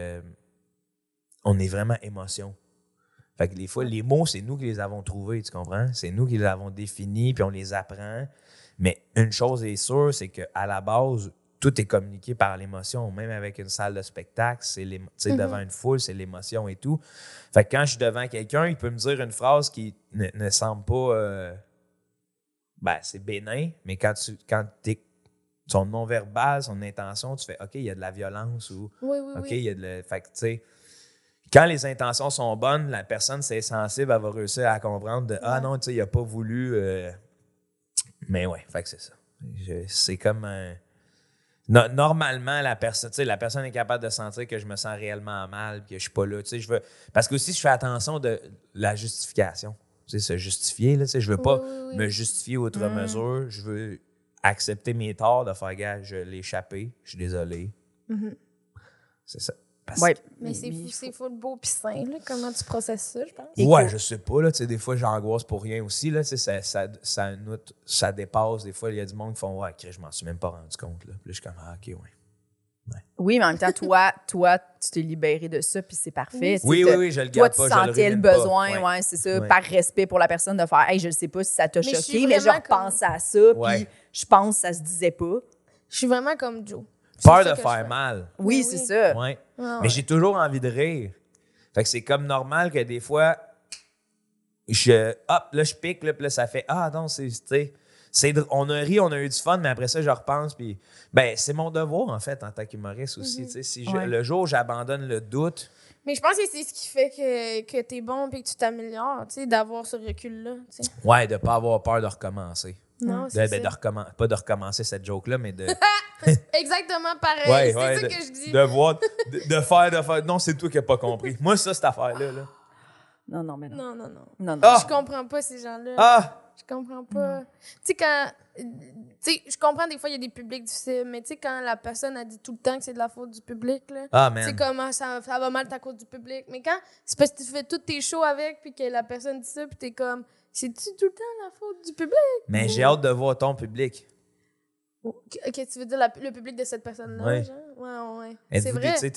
on est vraiment émotion. Fait que des fois, les mots, c'est nous qui les avons trouvés, tu comprends? C'est nous qui les avons définis, puis on les apprend. Mais une chose est sûre, c'est qu'à la base, tout est communiqué par l'émotion. Même avec une salle de spectacle, c'est devant une foule, c'est l'émotion et tout. Fait que quand je suis devant quelqu'un, il peut me dire une phrase qui ne semble pas... c'est bénin, mais quand son non-verbal, son intention, tu fais OK, il y a de la violence ou OK, il y a de la... Fait que, tu sais, quand les intentions sont bonnes, la personne, c'est sensible, elle va réussir à comprendre de ah non, tu sais, il n'a pas voulu. Mais ouais, fait que c'est ça. C'est comme un. Normalement, la personne est capable de sentir que je me sens réellement mal, que je suis pas là. Tu sais, je veux. Parce que aussi, je fais attention de la justification. Tu sais, se justifier, là. Tu sais, je veux pas me justifier outre mesure. Je veux accepter mes torts, de faire gars, je l'ai échappé, je suis désolé. C'est ça. Ouais. Mais c'est full beau pis sain, là. Comment tu processes ça, je pense? Ouais, je sais pas, là. Tu sais, des fois, j'angoisse pour rien aussi, là. Tu sais, ça dépasse. Des fois, il y a du monde qui font ouais, je m'en suis même pas rendu compte, là. Puis là, je suis comme, ah, OK, ouais. Oui, mais en même temps, toi, tu t'es libéré de ça, puis c'est parfait. Oui, je le garde toi, pas, tu je le sentais le rumine pas. besoin, ouais, c'est ça, par respect pour la personne de faire, hey, je ne sais pas si ça t'a choqué, mais je vraiment repense à ça, puis je pense que ça se disait pas. Je suis vraiment comme Joe. Peur de faire mal. Oui, c'est ça. Ouais. Mais j'ai toujours envie de rire. Fait que c'est comme normal que des fois, là, je pique, là, puis là, ça fait ah non, on a ri, on a eu du fun, mais après ça, je repense, puis ben c'est mon devoir, en fait, en tant qu'humoriste aussi. Tu sais, si le jour où j'abandonne le doute. Mais je pense que c'est ce qui fait que t'es bon et que tu t'améliores, tu sais, d'avoir ce recul-là. Tu sais. Ouais, de pas avoir peur de recommencer. Non, c'est ça. Pas de recommencer cette joke-là, mais de. Exactement pareil. Ouais, c'est ça que je dis. De voir, de faire. Non, c'est toi qui n'as pas compris. Moi, ça, cette affaire-là. Là. Non, mais non. Non. Ah! Je comprends pas ces gens-là. Ah! Je comprends pas. Tu sais, je comprends des fois, il y a des publics difficiles, mais tu sais, quand la personne a dit tout le temps que c'est de la faute du public, là. Ah, man. Tu sais, comment ça va mal à cause du public. Mais quand c'est parce que tu fais tous tes shows avec, puis que la personne dit ça, puis t'es comme, c'est-tu tout le temps la faute du public? Mais j'ai hâte de voir ton public. OK, tu veux dire le public de cette personne-là, Ouais. genre? Ouais. Êtes-vous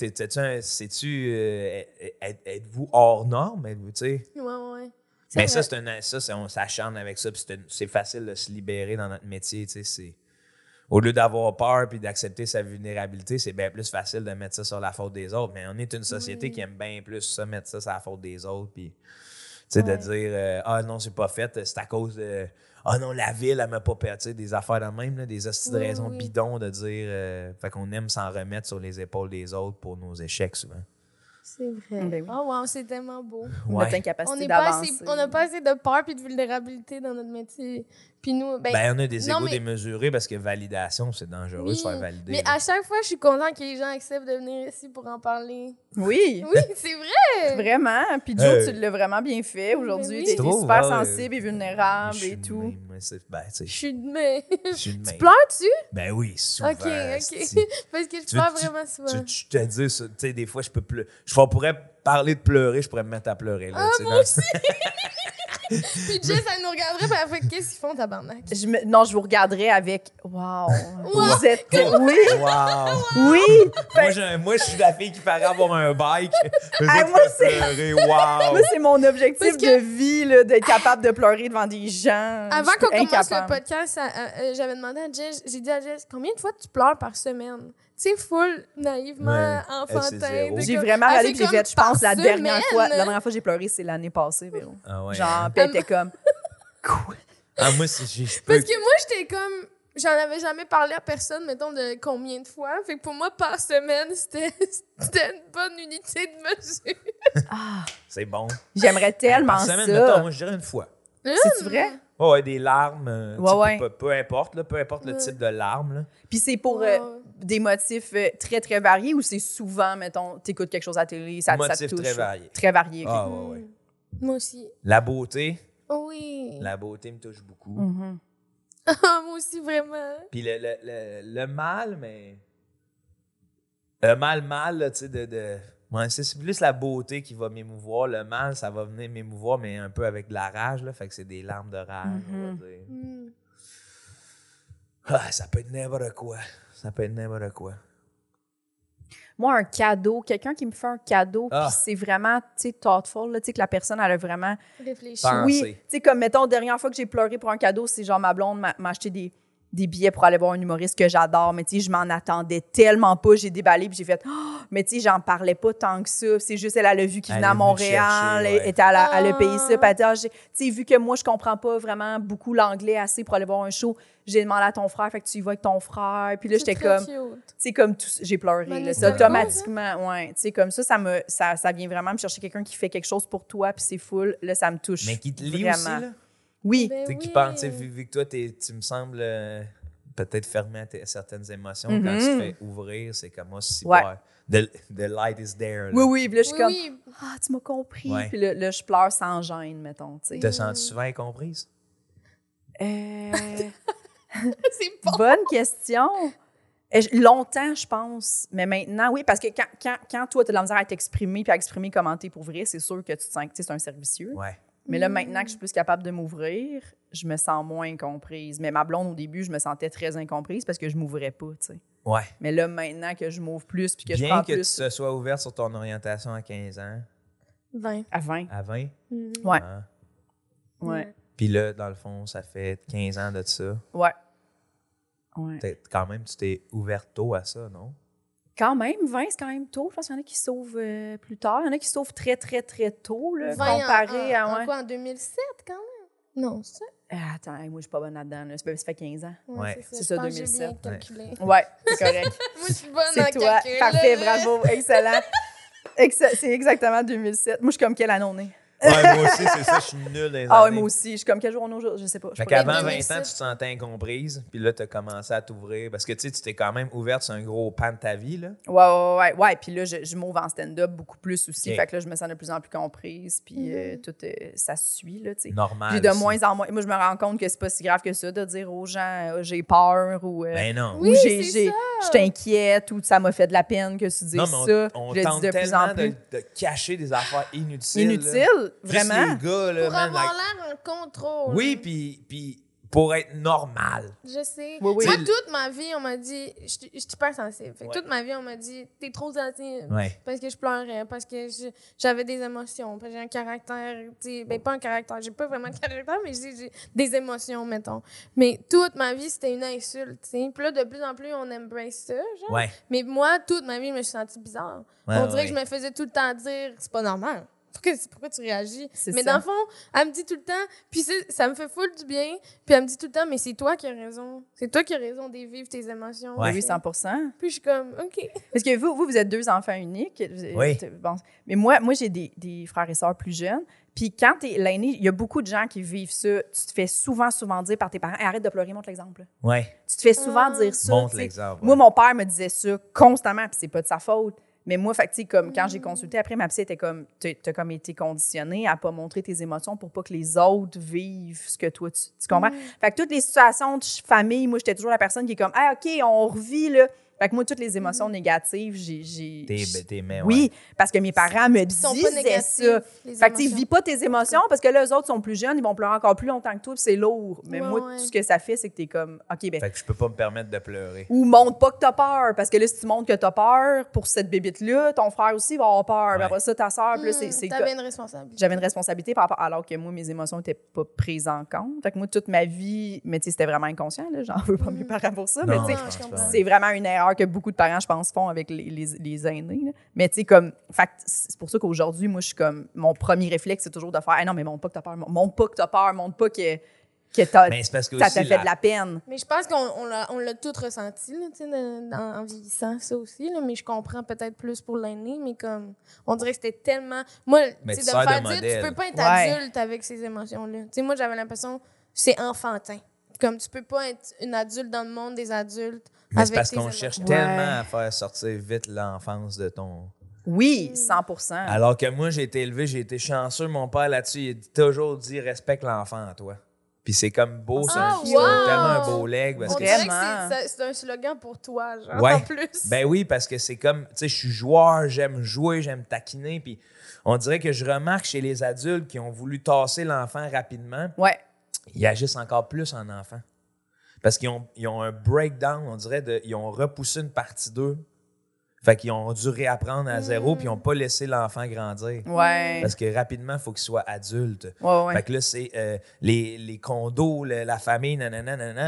êtes-vous hors norme? Êtes-vous, tu sais? Ouais. Mais ça, on s'acharne avec ça, puis c'est facile de se libérer dans notre métier, tu sais. Au lieu d'avoir peur puis d'accepter sa vulnérabilité, c'est bien plus facile de mettre ça sur la faute des autres. Mais on est une société qui aime bien plus ça, mettre ça sur la faute des autres, puis de dire « Ah non, c'est pas fait, c'est à cause de... Ah non, la ville, elle m'a pas perdu. » Des affaires de même, là, des hosties de raisons bidons de dire... fait qu'on aime s'en remettre sur les épaules des autres pour nos échecs, souvent. C'est vrai. Ben oui. Oh wow, c'est tellement beau. Notre incapacité d'avancer. On n'a pas assez de peur et de vulnérabilité dans notre métier. Puis nous, on a des égos démesurés parce que validation, c'est dangereux de se faire valider. Mais à chaque fois, je suis contente que les gens acceptent de venir ici pour en parler. Oui. Oui, c'est vrai. Vraiment. Puis Joe, tu l'as vraiment bien fait aujourd'hui. Oui. Tu étais super sensible et vulnérable et tout. Je suis de main. Tu pleures-tu? Ben oui, souvent. OK. Parce que je pleure vraiment souvent. Je te dis, tu sais, des fois, je peux pleurer. Je pourrais parler de pleurer, je pourrais me mettre à pleurer. Là, moi aussi! Puis Jess, elle nous regarderait, puis elle fait qu'est-ce qu'ils font, tabarnak? Non, je vous regarderais avec wow. Vous êtes. Oui! Wow! Oui! Moi, je suis la fille qui paraît avoir un bike. Moi, pleurer. Wow! Moi, c'est mon objectif de vie, là, d'être capable de pleurer devant des gens. Avant qu'on commence le podcast, j'avais demandé à Jess, j'ai dit à Jess, combien de fois tu pleures par semaine? Tu sais, full naïvement, enfantin. J'ai vraiment râlé puis j'ai fait, je pense, la dernière fois que j'ai pleuré, c'est l'année passée, Véro. Ah ouais, genre, puis elle était comme, quoi? Ah, moi, Parce que moi, j'étais comme, j'en avais jamais parlé à personne, mettons, de combien de fois. Fait que pour moi, par semaine, c'était une bonne unité de mesure. C'est bon. J'aimerais tellement par semaine, ça. mettons, moi, je dirais une fois. C'est vrai? Ouais, des larmes. Peu importe le type de larmes. Là. Puis c'est pour des motifs très, très variés ou c'est souvent, mettons, t'écoutes quelque chose à la télé, ça te touche? Très variés. Très variés. Ah, ouais. Moi aussi. La beauté. Oui. La beauté me touche beaucoup. Mm-hmm. Moi aussi, vraiment. Puis le mal, mais... Le mal, là, tu sais, Ouais, c'est plus la beauté qui va m'émouvoir. Le mal, ça va venir m'émouvoir, mais un peu avec de la rage, là. Fait que c'est des larmes de rage, on va dire. Ça peut être n'importe quoi. Moi, un cadeau, quelqu'un qui me fait un cadeau, puis c'est vraiment, tu sais, thoughtful, là, tu sais, que la personne, elle a vraiment... réfléchi. Oui, tu sais, comme, mettons, dernière fois que j'ai pleuré pour un cadeau, c'est genre ma blonde m'a acheté des billets pour aller voir un humoriste que j'adore, mais tu sais, je m'en attendais tellement pas. J'ai déballé, puis j'ai fait « mais tu sais, j'en parlais pas tant que ça. C'est juste, elle a vu qu'il venait à Montréal, elle a payé ça. Puis elle dit, tu sais, vu que moi, je comprends pas vraiment beaucoup l'anglais assez pour aller voir un show, j'ai demandé à ton frère, fait que tu y vas avec ton frère. Puis là, j'étais comme, tu sais, comme tout, j'ai pleuré. Là, c'est automatiquement, ouais. Tu sais, comme ça vient vraiment me chercher quelqu'un qui fait quelque chose pour toi, puis c'est full. Là, ça me touche. Mais qui te lit aussi, là? Oui. Ben Tu sais, qui pense, vu que toi, tu me sembles peut-être fermé à certaines émotions, quand tu te fais ouvrir, c'est comme moi, si the light is there. Là. Oui, puis là, je suis comme, tu m'as compris. Ouais. Puis là, je pleure sans gêne, mettons. T'as senti souvent incomprise? C'est bon. Bonne question. Longtemps, je pense. Mais maintenant, oui, parce que quand toi, tu as de la misère à t'exprimer puis à exprimer comment t'es pour vrai, c'est sûr que tu te sens que c'est un servicieux. Ouais. Mais là, maintenant que je suis plus capable de m'ouvrir, je me sens moins incomprise. Mais ma blonde, au début, je me sentais très incomprise parce que je m'ouvrais pas, tu sais. Ouais. Mais là, maintenant que je m'ouvre plus puis que je prends prends plus... Bien que tu te sois ouverte sur ton orientation à 15 ans. 20. À 20. À 20? Ouais. Ah. Ouais. Puis là, dans le fond, ça fait 15 ans de ça. Ouais. Quand même, tu t'es ouverte tôt à ça, non? Quand même, 20, c'est quand même tôt. Je pense qu'il y en a qui s'ouvrent plus tard. Il y en a qui s'ouvrent très, très, très tôt, là, comparé à... En quoi, en 2007, quand même? Non, c'est ça? Attends, moi, je suis pas bonne là-dedans. Là. Ça fait 15 ans. Ouais, c'est ça, 2007. J'ai bien calculé. Ouais, c'est correct. Moi, je suis bonne en calcul. Parfait, bravo, excellent. C'est exactement 2007. Moi, je suis comme quelle année on est? Ouais, moi aussi, c'est ça, je suis nul dans les Ah années. oui, moi aussi. Je suis comme quel jour on est aujourd'hui? Je sais pas. Fait qu'avant 20 ans, tu te sentais incomprise, puis là, tu as commencé à t'ouvrir. Parce que tu sais, tu t'es quand même ouverte sur un gros pan de ta vie, là. Ouais. Puis là, je m'ouvre en stand-up beaucoup plus aussi. Okay. Fait que là, je me sens de plus en plus comprise, puis tout, ça se suit, là, tu sais. Normal. Puis de moins en moins. Moi, je me rends compte que c'est pas si grave que ça de dire aux gens, j'ai peur, ou. Ben non. Ou je t'inquiète, ou ça m'a fait de la peine que tu dises ça. On je le tente dis de plus tellement en plus. de cacher des affaires inutiles. Inutiles, vraiment. Juste les gars, là, pour avoir l'air un contrôle. Oui, puis pour être normal. Je sais. Oui. Moi, toute ma vie, on m'a dit... Je suis hyper sensible. Fait que toute ma vie, on m'a dit, t'es trop sensible. Ouais. Parce que je pleurais, parce que j'avais des émotions, parce que j'ai un caractère... Ben, pas un caractère, j'ai pas vraiment de caractère, mais j'ai des émotions, mettons. Mais toute ma vie, c'était une insulte, tu sais. Puis là, de plus en plus, on embrace ça, genre. Ouais. Mais moi, toute ma vie, je me suis sentie bizarre. On dirait que je me faisais tout le temps dire, c'est pas normal. Pourquoi tu réagis? Mais dans le fond, elle me dit tout le temps, puis ça me fait full du bien, puis elle me dit tout le temps, mais c'est toi qui as raison. C'est toi qui as raison de vivre tes émotions. Oui, 100%. Puis je suis comme, OK. Parce que vous êtes 2 enfants uniques. Oui. Bon, mais moi j'ai des frères et sœurs plus jeunes. Puis quand t'es l'aîné, il y a beaucoup de gens qui vivent ça. Tu te fais souvent dire par tes parents, hey, arrête de pleurer, montre l'exemple. Oui. Tu te fais souvent dire ça. Montre l'exemple. Moi, mon père me disait ça constamment, puis c'est pas de sa faute. Mais moi, fait que, comme quand j'ai consulté après, ma psy était comme, t'as comme été conditionnée à pas montrer tes émotions pour pas que les autres vivent ce que toi, tu comprends? Fait que toutes les situations de famille, moi, j'étais toujours la personne qui est comme, ah, OK, on revit, là. Fait que moi, toutes les émotions négatives, j'ai... T'es mets, oui, parce que mes parents me disaient ça. Fait que tu vis pas tes émotions parce que là, eux autres sont plus jeunes, ils vont pleurer encore plus longtemps que toi, puis c'est lourd. Mais moi, tout ce que ça fait, c'est que t'es comme, OK, ben... Fait que je peux pas me permettre de pleurer. Ou montre pas que t'as peur, parce que là, si tu montres que t'as peur pour cette bébite-là, ton frère aussi va avoir peur. Ouais. Après ça, ta soeur, puis là, c'est... T'avais une responsabilité. J'avais une responsabilité par rapport, alors que moi, mes émotions étaient pas prises en compte. Fait que moi, toute ma vie, mais tu sais, c'était vraiment inconscient, là, j'en veux pas mes parents pour ça, non, mais tu sais, c'est vraiment une erreur que beaucoup de parents, je pense, font avec les aînés. Là. Mais tu sais, comme, fait c'est pour ça qu'aujourd'hui, moi, je suis comme, mon premier réflexe, c'est toujours de faire, hey, non, mais montre pas que t'as peur, montre pas que t'as peur, montre pas que ça t'a fait de la peine. Mais je pense qu'on l'a tout ressenti, là, en vieillissant, ça aussi. Là, mais je comprends peut-être plus pour l'aîné, mais comme, on dirait que c'était tellement... Moi, de me faire dire, tu peux pas être adulte avec ces émotions-là. Tu sais, moi, j'avais l'impression que c'est enfantin. Comme, tu peux pas être une adulte dans le monde des adultes. Mais c'est parce qu'on cherche tellement à faire sortir vite l'enfance de ton... Oui, 100%. Alors que moi, j'ai été chanceux. Mon père, là-dessus, il a toujours dit « respecte l'enfant en toi ». Puis c'est comme beau, c'est tellement un beau leg. Parce on dirait que c'est un slogan pour toi, genre, en plus. Ben oui, parce que c'est comme, tu sais, je suis joueur, j'aime jouer, j'aime taquiner. Puis on dirait que je remarque chez les adultes qui ont voulu tasser l'enfant rapidement, ils agissent encore plus en enfant. Parce qu'ils ont un breakdown, on dirait, ils ont repoussé une partie d'eux. Fait qu'ils ont dû réapprendre à zéro, puis ils n'ont pas laissé l'enfant grandir. Ouais. Parce que rapidement, il faut qu'il soit adulte. Ouais. Fait que là, c'est les condos, la famille, nanana, mais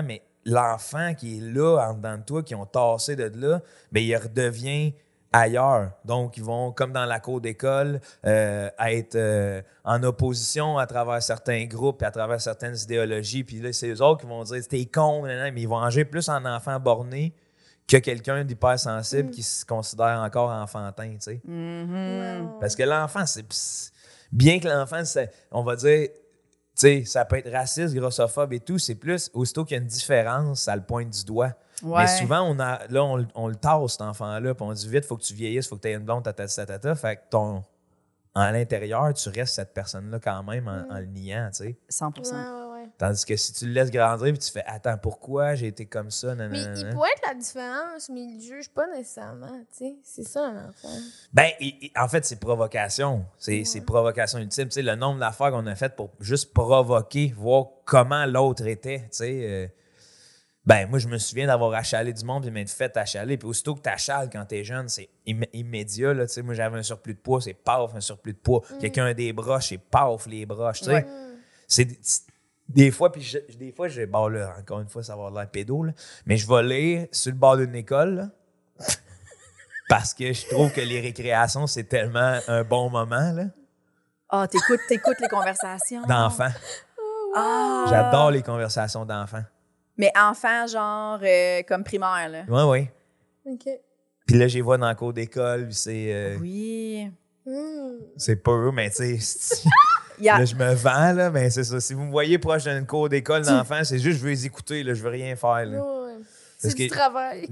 l'enfant qui est là, en dedans de toi, qui ont tassé de là, bien, il redevient ailleurs. Donc, ils vont, comme dans la cour d'école, être en opposition à travers certains groupes et à travers certaines idéologies. Puis là, c'est eux autres qui vont dire « t'es con », mais ils vont agir plus en enfant borné que quelqu'un d'hypersensible qui se considère encore enfantin, tu sais. Parce que l'enfant, c'est... Bien que l'enfant, on va dire... Tu sais, ça peut être raciste, grossophobe et tout, c'est plus, aussitôt qu'il y a une différence, ça le pointe du doigt. Ouais. Mais souvent, on le tasse, cet enfant-là, puis on dit vite, il faut que tu vieillisses, il faut que tu aies une blonde, tata. Fait que à l'intérieur, tu restes cette personne-là quand même en le niant, tu sais. 100%. Ouais. Tandis que si tu le laisses grandir, puis tu fais, attends, pourquoi j'ai été comme ça, nanana. Mais il pourrait être la différence, mais il ne juge pas nécessairement, tu sais. C'est ça, un enfant. Ben, en fait, c'est provocation. C'est provocation ultime. Tu sais, le nombre d'affaires qu'on a faites pour juste provoquer, voir comment l'autre était, tu sais. Ben, moi, je me souviens d'avoir achalé du monde et m'être fait achaler. Puis aussitôt que tu achales quand tu es jeune, c'est immédiat, là. Tu sais, moi, j'avais un surplus de poids, c'est paf, un surplus de poids. Quelqu'un a des broches, c'est paf, les broches, tu sais. C'est... Des fois, bon là, encore une fois, ça va avoir l'air pédo, là, mais je vais lire sur le bord d'une école, là, parce que je trouve que les récréations, c'est tellement un bon moment, là. Ah, t'écoutes les conversations. D'enfants. Ah. J'adore les conversations d'enfants. Mais enfants, genre, comme primaire, là. Oui. OK. Puis là, je les vois dans le cours d'école, puis c'est... Oui. C'est pas eux, mais tu sais... Là, je me vends, là, mais c'est ça. Si vous me voyez proche d'une cour d'école d'enfants, c'est juste je veux les écouter, là, je veux rien faire. Là. C'est du travail.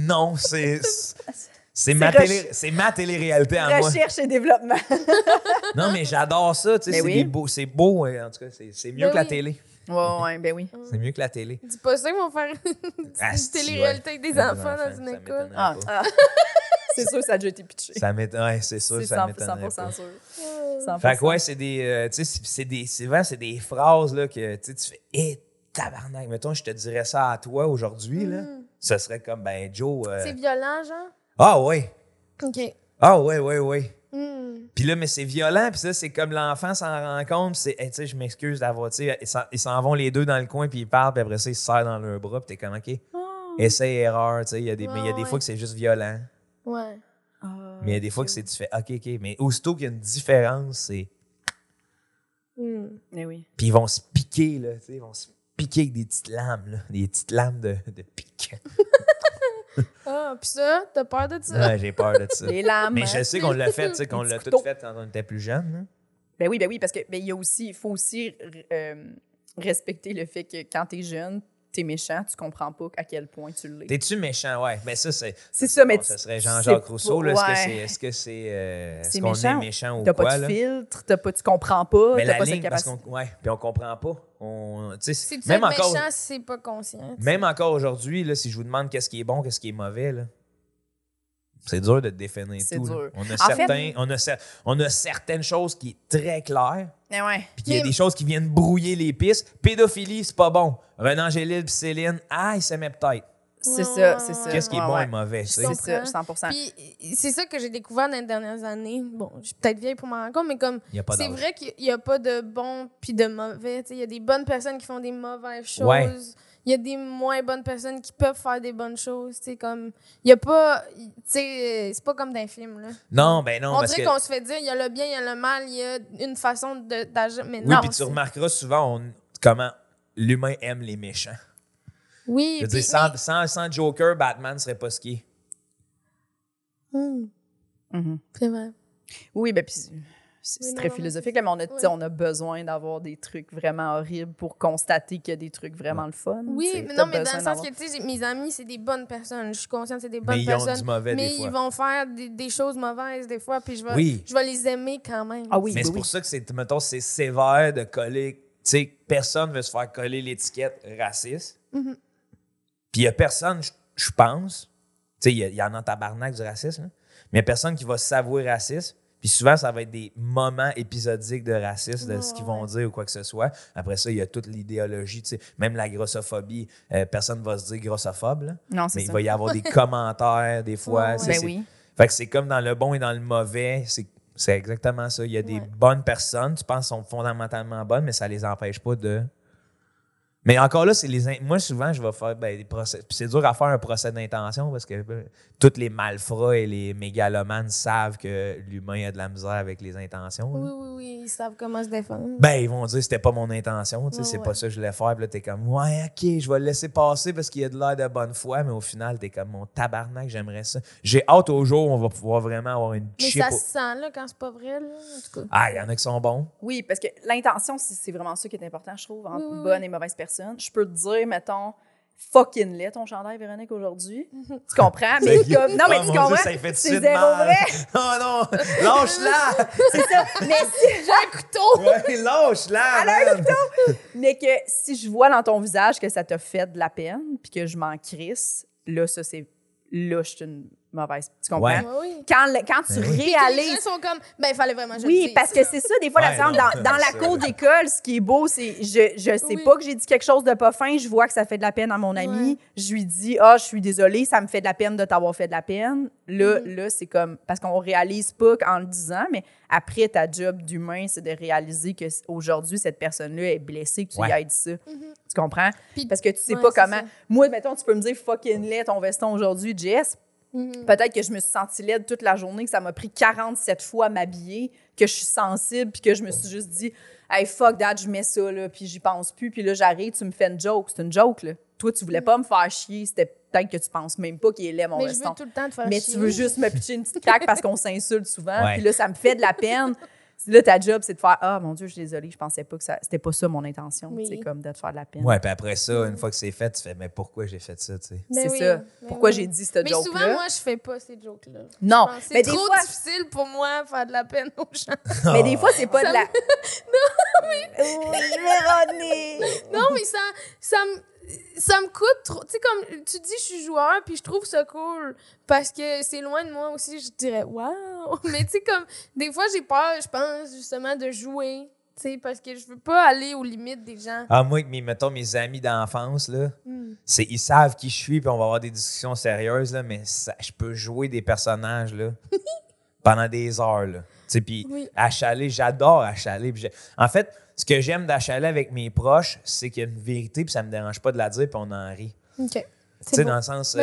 C'est ma télé-réalité à moi. Recherche et développement. Non, mais j'adore ça. Tu sais, c'est beau. En tout cas, c'est mieux que la télé. Oui, ben oui. C'est mieux que la télé. Dis pas ça, ils vont faire une télé-réalité avec des enfants dans une école. C'est sûr, ça a déjà été pitché. Ouais, c'est sûr, ça m'étonnerait 100% sûr. 100%. Fait que ouais, c'est des phrases là, que tu fais « tabarnak! » Mettons, je te dirais ça à toi aujourd'hui, là. Ce serait comme, ben, Joe... C'est violent, genre? Ah ouais. OK. Ah ouais. Puis là, mais c'est violent, puis ça, c'est comme l'enfant s'en rend compte, c'est, hey, tu sais, je m'excuse d'avoir, tu sais, ils s'en vont les deux dans le coin, puis ils parlent, puis après ça, ils se serrent dans leur bras, puis t'es comme, OK, essai-erreur, tu sais, il y a des fois que c'est juste violent. Ouais. Mais il y a des fois que c'est, tu fais, OK, mais aussitôt qu'il y a une différence, c'est... Mais oui. Puis ils vont se piquer, là, tu sais, ils vont se piquer avec des petites lames, là, des petites lames de pique. Ah, puis ça, t'as peur de ça? Ouais, j'ai peur de ça. Les lames. Mais je sais qu'on l'a fait, tu sais, qu'on l'a tout fait quand on était plus jeune. Hein? Ben oui, parce que il faut aussi respecter le fait que quand t'es jeune, t'es méchant, tu comprends pas à quel point tu l'es. T'es-tu méchant? Ouais. Mais ça, c'est ça, mais ça serait Jean-Jacques Rousseau. Là. Est-ce qu'on est méchant ou t'as quoi? T'as pas de filtre, tu comprends pas, mais t'as pas cette capacité. Puis on comprend pas. C'est même encore, méchant si c'est pas conscient. Même encore aujourd'hui, là, si je vous demande qu'est-ce qui est bon, qu'est-ce qui est mauvais, là, c'est dur de définir c'est tout. Dur. On a certaines choses qui sont très claires. Ouais. Puis qu'il y a des choses qui viennent brouiller les pistes. Pédophilie, c'est pas bon. Renan Angélil puis Céline, ils s'aimaient peut-être. C'est ça. Qu'est-ce qui est bon et mauvais, c'est ça, 100%. Puis c'est ça que j'ai découvert dans les dernières années. Bon, je suis peut-être vieille pour m'en rendre compte, mais comme c'est vrai qu'il n'y a pas de bon puis de mauvais. Il y a des bonnes personnes qui font des mauvaises choses. Ouais. Il y a des moins bonnes personnes qui peuvent faire des bonnes choses. Comme il y a pas, c'est pas comme dans les films là. Non, ben non. On dirait qu'on se fait dire il y a le bien, il y a le mal, il y a une façon d'agir. Mais oui, non. Puis tu remarqueras souvent comment l'humain aime les méchants. Oui. Je veux dire, sans Joker, Batman serait pas ce qu'il est. C'est vrai. Oui, ben puis c'est très philosophique, là, mais on a besoin d'avoir des trucs vraiment horribles pour constater qu'il y a des trucs vraiment le fun. Oui, mais non, mais dans le sens que, tu sais, mes amis, c'est des bonnes personnes. Je suis consciente que c'est des bonnes personnes. Mais ils ont du mauvais des fois. Ils vont faire des choses mauvaises des fois, puis je vais les aimer quand même. Ah oui, mais c'est pour ça que c'est sévère de coller. Tu sais, personne veut se faire coller l'étiquette raciste. Puis il y a personne, je pense, tu sais, il y en a en tabarnak du racisme, là, mais il y a personne qui va s'avouer raciste. Puis souvent, ça va être des moments épisodiques de racisme, de ce qu'ils vont dire ou quoi que ce soit. Après ça, il y a toute l'idéologie, tu sais, même la grossophobie. Personne ne va se dire grossophobe, là. Non, c'est mais ça. il va y avoir des commentaires, des fois. Ben oui. Fait que c'est comme dans le bon et dans le mauvais. C'est exactement ça. Il y a des bonnes personnes, tu penses, sont fondamentalement bonnes, mais ça les empêche pas de Mais encore là, moi, souvent, je vais faire des procès. Puis c'est dur à faire un procès d'intention parce que tous les malfrats et les mégalomanes savent que l'humain a de la misère avec les intentions. Oui, ils savent comment se défendre. Ben, ils vont dire c'était pas mon intention, c'est pas ça que je voulais faire. Puis là, t'es comme, ouais, ok, je vais le laisser passer parce qu'il y a de l'air de bonne foi, mais au final, t'es comme, mon tabarnak, j'aimerais ça. J'ai hâte au jour où on va pouvoir vraiment avoir une chip. Mais ça se sent, là, quand c'est pas vrai, là, en tout cas. Ah, il y en a qui sont bons. Oui, parce que l'intention, c'est vraiment ça qui est important, je trouve, entre bonne et mauvaise personne. Je peux te dire, mettons, fucking laid ton chandail, Véronique, aujourd'hui. Tu comprends? Mais comme, non, mais tu comprends? C'est zéro vrai. Oh non, lâche-la! C'est ça. Mais si j'ai un couteau! Ouais, lâche-la! Elle a un couteau! Mais que si je vois dans ton visage que ça t'a fait de la peine, puis que je m'en crisse, là, ça, c'est... Là, je suis une mauvaise. Tu comprends? Ouais. Oui. Quand tu réalises... Les gens sont comme, ben, il fallait vraiment que je le Oui, dise. parce que c'est ça, des fois, Ouais, dans la cour d'école, ce qui est beau, c'est je sais pas que j'ai dit quelque chose de pas fin, je vois que ça fait de la peine à mon ami, je lui dis, je suis désolée, ça me fait de la peine de t'avoir fait de la peine. Là, c'est comme, parce qu'on réalise pas en le disant, mais après, ta job d'humain, c'est de réaliser qu'aujourd'hui, cette personne-là est blessée, que tu lui aies dit ça. Tu comprends? Puis, parce que tu sais pas comment. Moi, mettons, tu peux me dire fucking laid ton veston aujourd'hui, Jess. Peut-être que je me suis sentie laide toute la journée, que ça m'a pris 47 fois à m'habiller, que je suis sensible, puis que je me suis juste dit « Hey, fuck that, je mets ça, là, puis j'y pense plus. » Puis là, j'arrive, tu me fais une joke. C'est une joke, là. Toi, tu voulais pas me faire chier. C'était peut-être que tu penses même pas qu'il est laid, mon veston. Mais je veux tout le temps te faire chier. Mais tu veux juste me pitcher une petite claque parce qu'on s'insulte souvent. Ouais. Puis là, ça me fait de la peine. Là, ta job, c'est de faire « Ah, mon Dieu, je suis désolée, je pensais pas que c'était pas ça mon intention. Oui. C'est comme de te faire de la peine. Ouais, puis après ça, une fois que c'est fait, tu fais, mais pourquoi j'ai fait ça, tu sais? C'est ça. Pourquoi j'ai dit cette joke-là? Mais souvent, moi, je fais pas ces jokes-là. Non, mais c'est trop difficile pour moi de faire de la peine aux gens. Mais des fois, c'est pas de la... Non, mais... Véronique! Non, mais ça me coûte trop. Tu sais, comme tu dis, je suis joueur, puis je trouve ça cool parce que c'est loin de moi aussi. Je dirais, waouh! Mais tu sais, comme des fois, j'ai peur, je pense, justement, de jouer. Tu sais, parce que je veux pas aller aux limites des gens. Ah, moi, mettons, mes amis d'enfance, là, ils savent qui je suis, puis on va avoir des discussions sérieuses, là, mais je peux jouer des personnages, là, pendant des heures, là. Tu sais, puis achaler, j'adore achaler. En fait, ce que j'aime d'achaler avec mes proches, c'est qu'il y a une vérité, puis ça me dérange pas de la dire, puis on en rit. OK. Tu sais, dans le sens...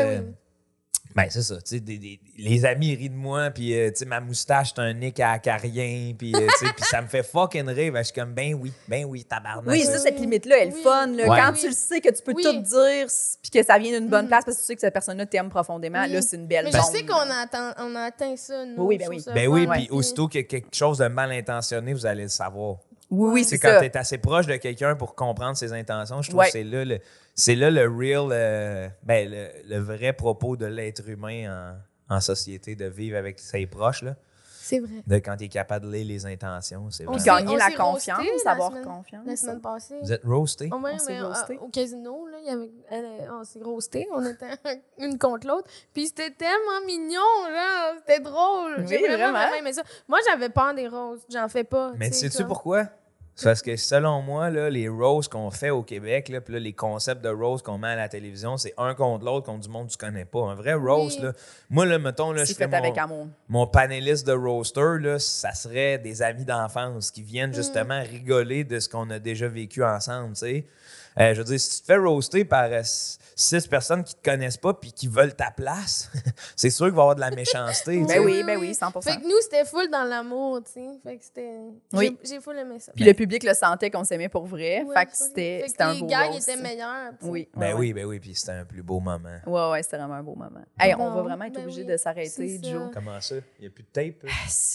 Ben c'est ça. Tu sais, les amis rient de moi, puis tu sais, ma moustache, c'est un nez à acarien, puis puis ça me fait fucking rire. Je suis comme, ben oui, tabarnak. Oui, ça, cette limite-là, elle est fun. Là. Quand tu le sais que tu peux tout dire, puis que ça vient d'une bonne place parce que tu sais que cette personne-là t'aime profondément, là, c'est une belle Mais je sais qu'on a atteint ça, nous. Oui, ben oui. Ben oui, puis aussitôt qu'il y a quelque chose de mal intentionné, vous allez le savoir. Oui, c'est quand ça. tu es assez proche de quelqu'un pour comprendre ses intentions, je trouve que c'est là le real, le vrai propos de l'être humain en société, de vivre avec ses proches. Là. C'est vrai. De quand tu es capable de lire les intentions. C'est Puis vrai. gagner la confiance, avoir confiance. La semaine passée. Vous êtes roasté? On s'est roasté. Au casino, là, on s'est roasté. On était une contre l'autre. Puis c'était tellement mignon, là. C'était drôle. Oui, J'ai vraiment vraiment. aimé ça. Moi, j'avais peur des roasts. J'en fais pas. Mais sais-tu pourquoi? C'est parce que selon moi, là, les roasts qu'on fait au Québec, là, puis là, les concepts de roast qu'on met à la télévision, c'est un contre l'autre, contre du monde que tu connais pas. Un vrai roast, là, moi, là, mettons, là, je fais avec amour. Mon panéliste de roaster, là, ça serait des amis d'enfance qui viennent justement rigoler de ce qu'on a déjà vécu ensemble, tu sais. Je veux dire, si tu te fais roaster par 6 personnes qui te connaissent pas puis qui veulent ta place, c'est sûr qu'il va y avoir de la méchanceté. Ben oui, 100%. Fait que nous, c'était full dans l'amour, tu sais. Fait que c'était... Oui. J'ai full aimé ça. Puis le public le sentait qu'on s'aimait pour vrai. Ouais, fait que c'était un beau les gags roast. étaient meilleurs. t'sais. Oui. Ben oui, puis c'était un plus beau moment. Ouais, c'était vraiment un beau moment. Hey, on Non, va vraiment être ben obligé oui, de s'arrêter, c'est ça. Joe. Comment ça? Il n'y a plus de tape?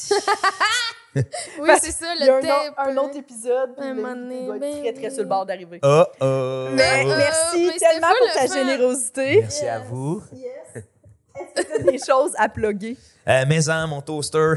Oui, c'est ça, Il y a le tape. un autre épisode. Un moment Il doit donné, être très, très sur le bord d'arriver. Mais Merci mais c'était tellement full pour ta le fun. générosité. Merci à vous. Yes. Est-ce que tu as des choses à plugger? Maison, mon toaster.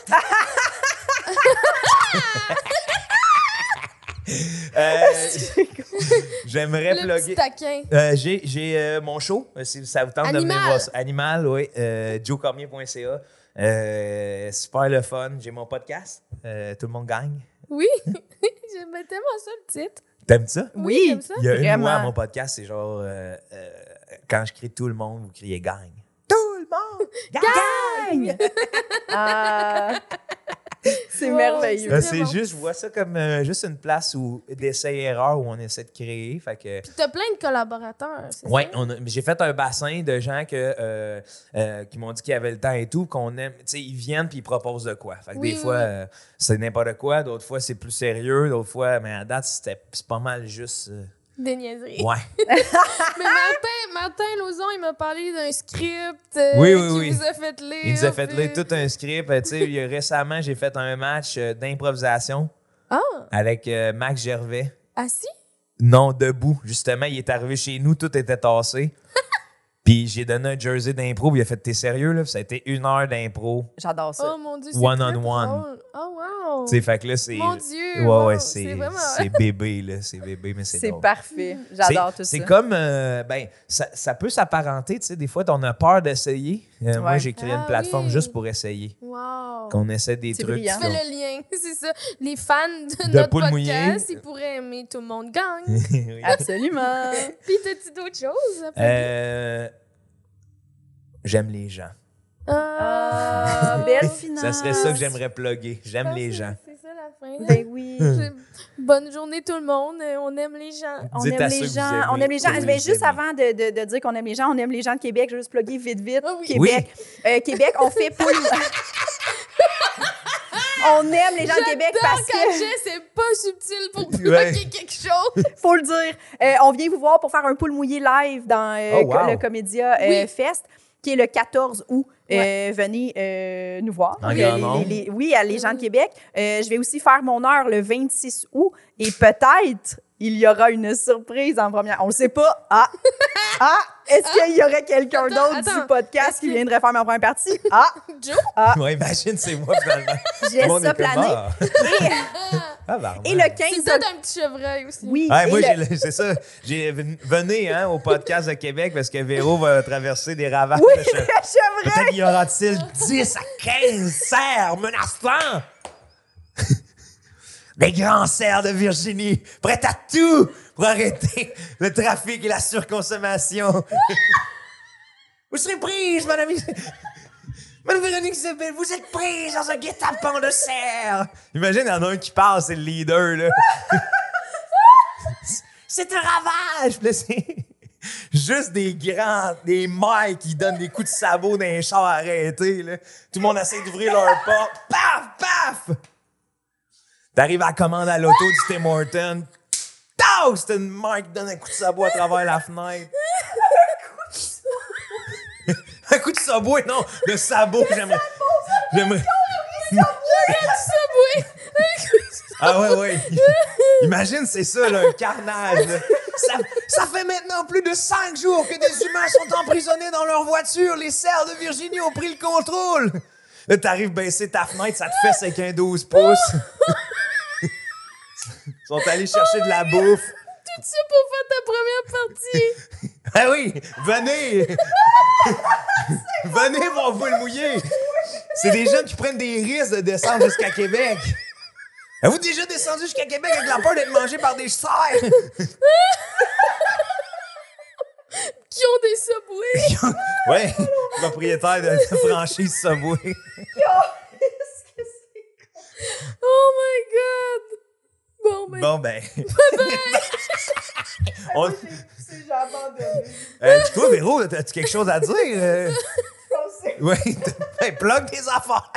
J'aimerais Le plugger. petit taquin. J'ai mon show, si ça vous tente de venir voir ça. Animal, oui. joecormier.ca. Super le fun. J'ai mon podcast. Tout le monde gagne. Oui, j'aimais tellement ça, le titre. T'aimes ça? Oui, j'aime ça. Il y a une Vraiment. voix à mon podcast, c'est genre quand je crie tout le monde, vous criez gagne. Tout le monde! Gagne! C'est merveilleux. C'est juste, je vois ça comme juste une place d'essai-erreur où on essaie de créer. Fait que... Puis t'as plein de collaborateurs, c'est ouais, ça? J'ai fait un bassin de gens qui m'ont dit qu'ils avaient le temps et tout, qu'on aime. Tu sais, ils viennent puis ils proposent de quoi. Fait que des fois, c'est n'importe quoi, d'autres fois, c'est plus sérieux, d'autres fois, mais à date, c'est pas mal juste. Des niaiseries. Ouais. Mais Martin Lauzon, il m'a parlé d'un script oui. vous a fait lire. Il nous a fait lire tout un script. Tu sais, récemment, j'ai fait un match d'improvisation avec Max Gervais. Assis? Non, debout. Justement, il est arrivé chez nous, tout était tassé. Puis j'ai donné un jersey d'impro, puis il a fait « T'es sérieux, là? » Ça a été 1 heure d'impro. J'adore ça. Oh mon Dieu, c'est One-on-one. Oh wow! Tu sais, fait que là, c'est... Mon Dieu! Ouais, c'est vraiment... c'est bébé, là. C'est bébé, mais c'est drôle. Parfait. J'adore tout ça. C'est comme... ça peut s'apparenter, tu sais. Des fois, on a peur d'essayer. Moi, j'ai créé une plateforme juste pour essayer. Wow! Qu'on essaie des trucs. Brillant. Tu fais le lien, c'est ça. Les fans de notre Poule podcast, Mouillée. ils pourraient aimer Tout le monde gagne. Oui. Absolument. Puis t'as-tu d'autres choses? J'aime les gens. Belle finale. Ça serait ça que j'aimerais plugger. J'aime les gens. C'est ça la fin. Ben oui. Bonne journée tout le monde. On aime les gens. On Dites aime à les ceux que vous gens. aimez, On aime les gens. que vous Ben, juste aimez. avant de dire qu'on aime les gens, on aime les gens de Québec. Je vais juste plugger vite. Ah oui. Québec. Québec, on fait poule. On aime les gens de Québec parce Quand que... c'est pas subtil pour bloquer quelque chose. Faut le dire. On vient vous voir pour faire un poule mouillé live dans le Comédia Fest, qui est le 14 août. Venez nous voir. En grand nombre. Les gens de Québec. Je vais aussi faire mon heure le 26 août et peut-être il y aura une surprise en première. On le sait pas. Est-ce qu'il y aurait quelqu'un d'autre du podcast qui viendrait faire ma première partie? Joe? Ouais, imagine, c'est moi finalement. Je laisse ça planer. Et le 15 C'est peut-être un petit chevreuil aussi. Oui. Ouais, moi, c'est ça. Venez au podcast de Québec parce que Véro va traverser des ravages. Oui, le chevreuil. Peut-être y aura-t-il 10 à 15 cerfs menaçants. Des grands cerfs de Virginie, prêts à tout pour arrêter le trafic et la surconsommation. Vous serez prise, madame Véronique Isabelle, vous êtes prise dans un guet-apens de cerfs. Imagine, il y en a un qui parle, c'est le leader, là. C'est un ravage! Puis là, c'est juste des mailles qui donnent des coups de sabot dans les chars arrêtés, là. Tout le monde essaie d'ouvrir leur porte. Paf! Paf! T'arrives à la commande à l'auto du Tim Hortons. Tau! C'est une maille qui donne un coup de sabot à travers la fenêtre. Un coup de sabot, non, le sabot, j'aimerais. Ah ouais. Imagine, c'est ça, là, un carnage. Là. Ça fait maintenant plus de 5 jours que des humains sont emprisonnés dans leur voiture. Les cerfs de Virginie ont pris le contrôle. Là, t'arrives baisser ta fenêtre, ça te fesse avec un 12 pouces. Ils sont allés chercher de la bouffe. Tout ça pour faire ta première partie. Ah oui, venez! Venez voir Poule Mouillée! C'est des gens qui prennent des risques de descendre jusqu'à Québec. Avez-vous déjà descendu jusqu'à Québec avec la peur d'être mangé par des cerfs? Qui ont des Subway. Ouais, propriétaire de franchise Subway. Oh my God! Bon, ben. J'ai abandonné. Toi, Véro, as-tu quelque chose à dire? Oui, plug tes affaires.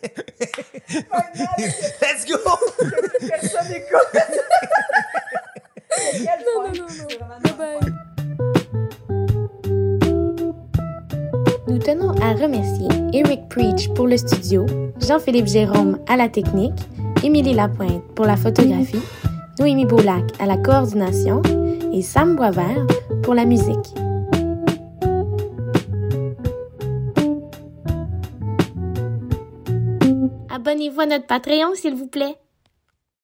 Let's go! Personne n'écoute. Non. Bye. Nous tenons à remercier Eric Preach pour le studio, Jean-Philippe Jérôme à la technique, Émilie Lapointe pour la photographie, Noémie Boulac à la coordination et Sam Boisvert pour la musique. Abonnez-vous à notre Patreon, s'il vous plaît.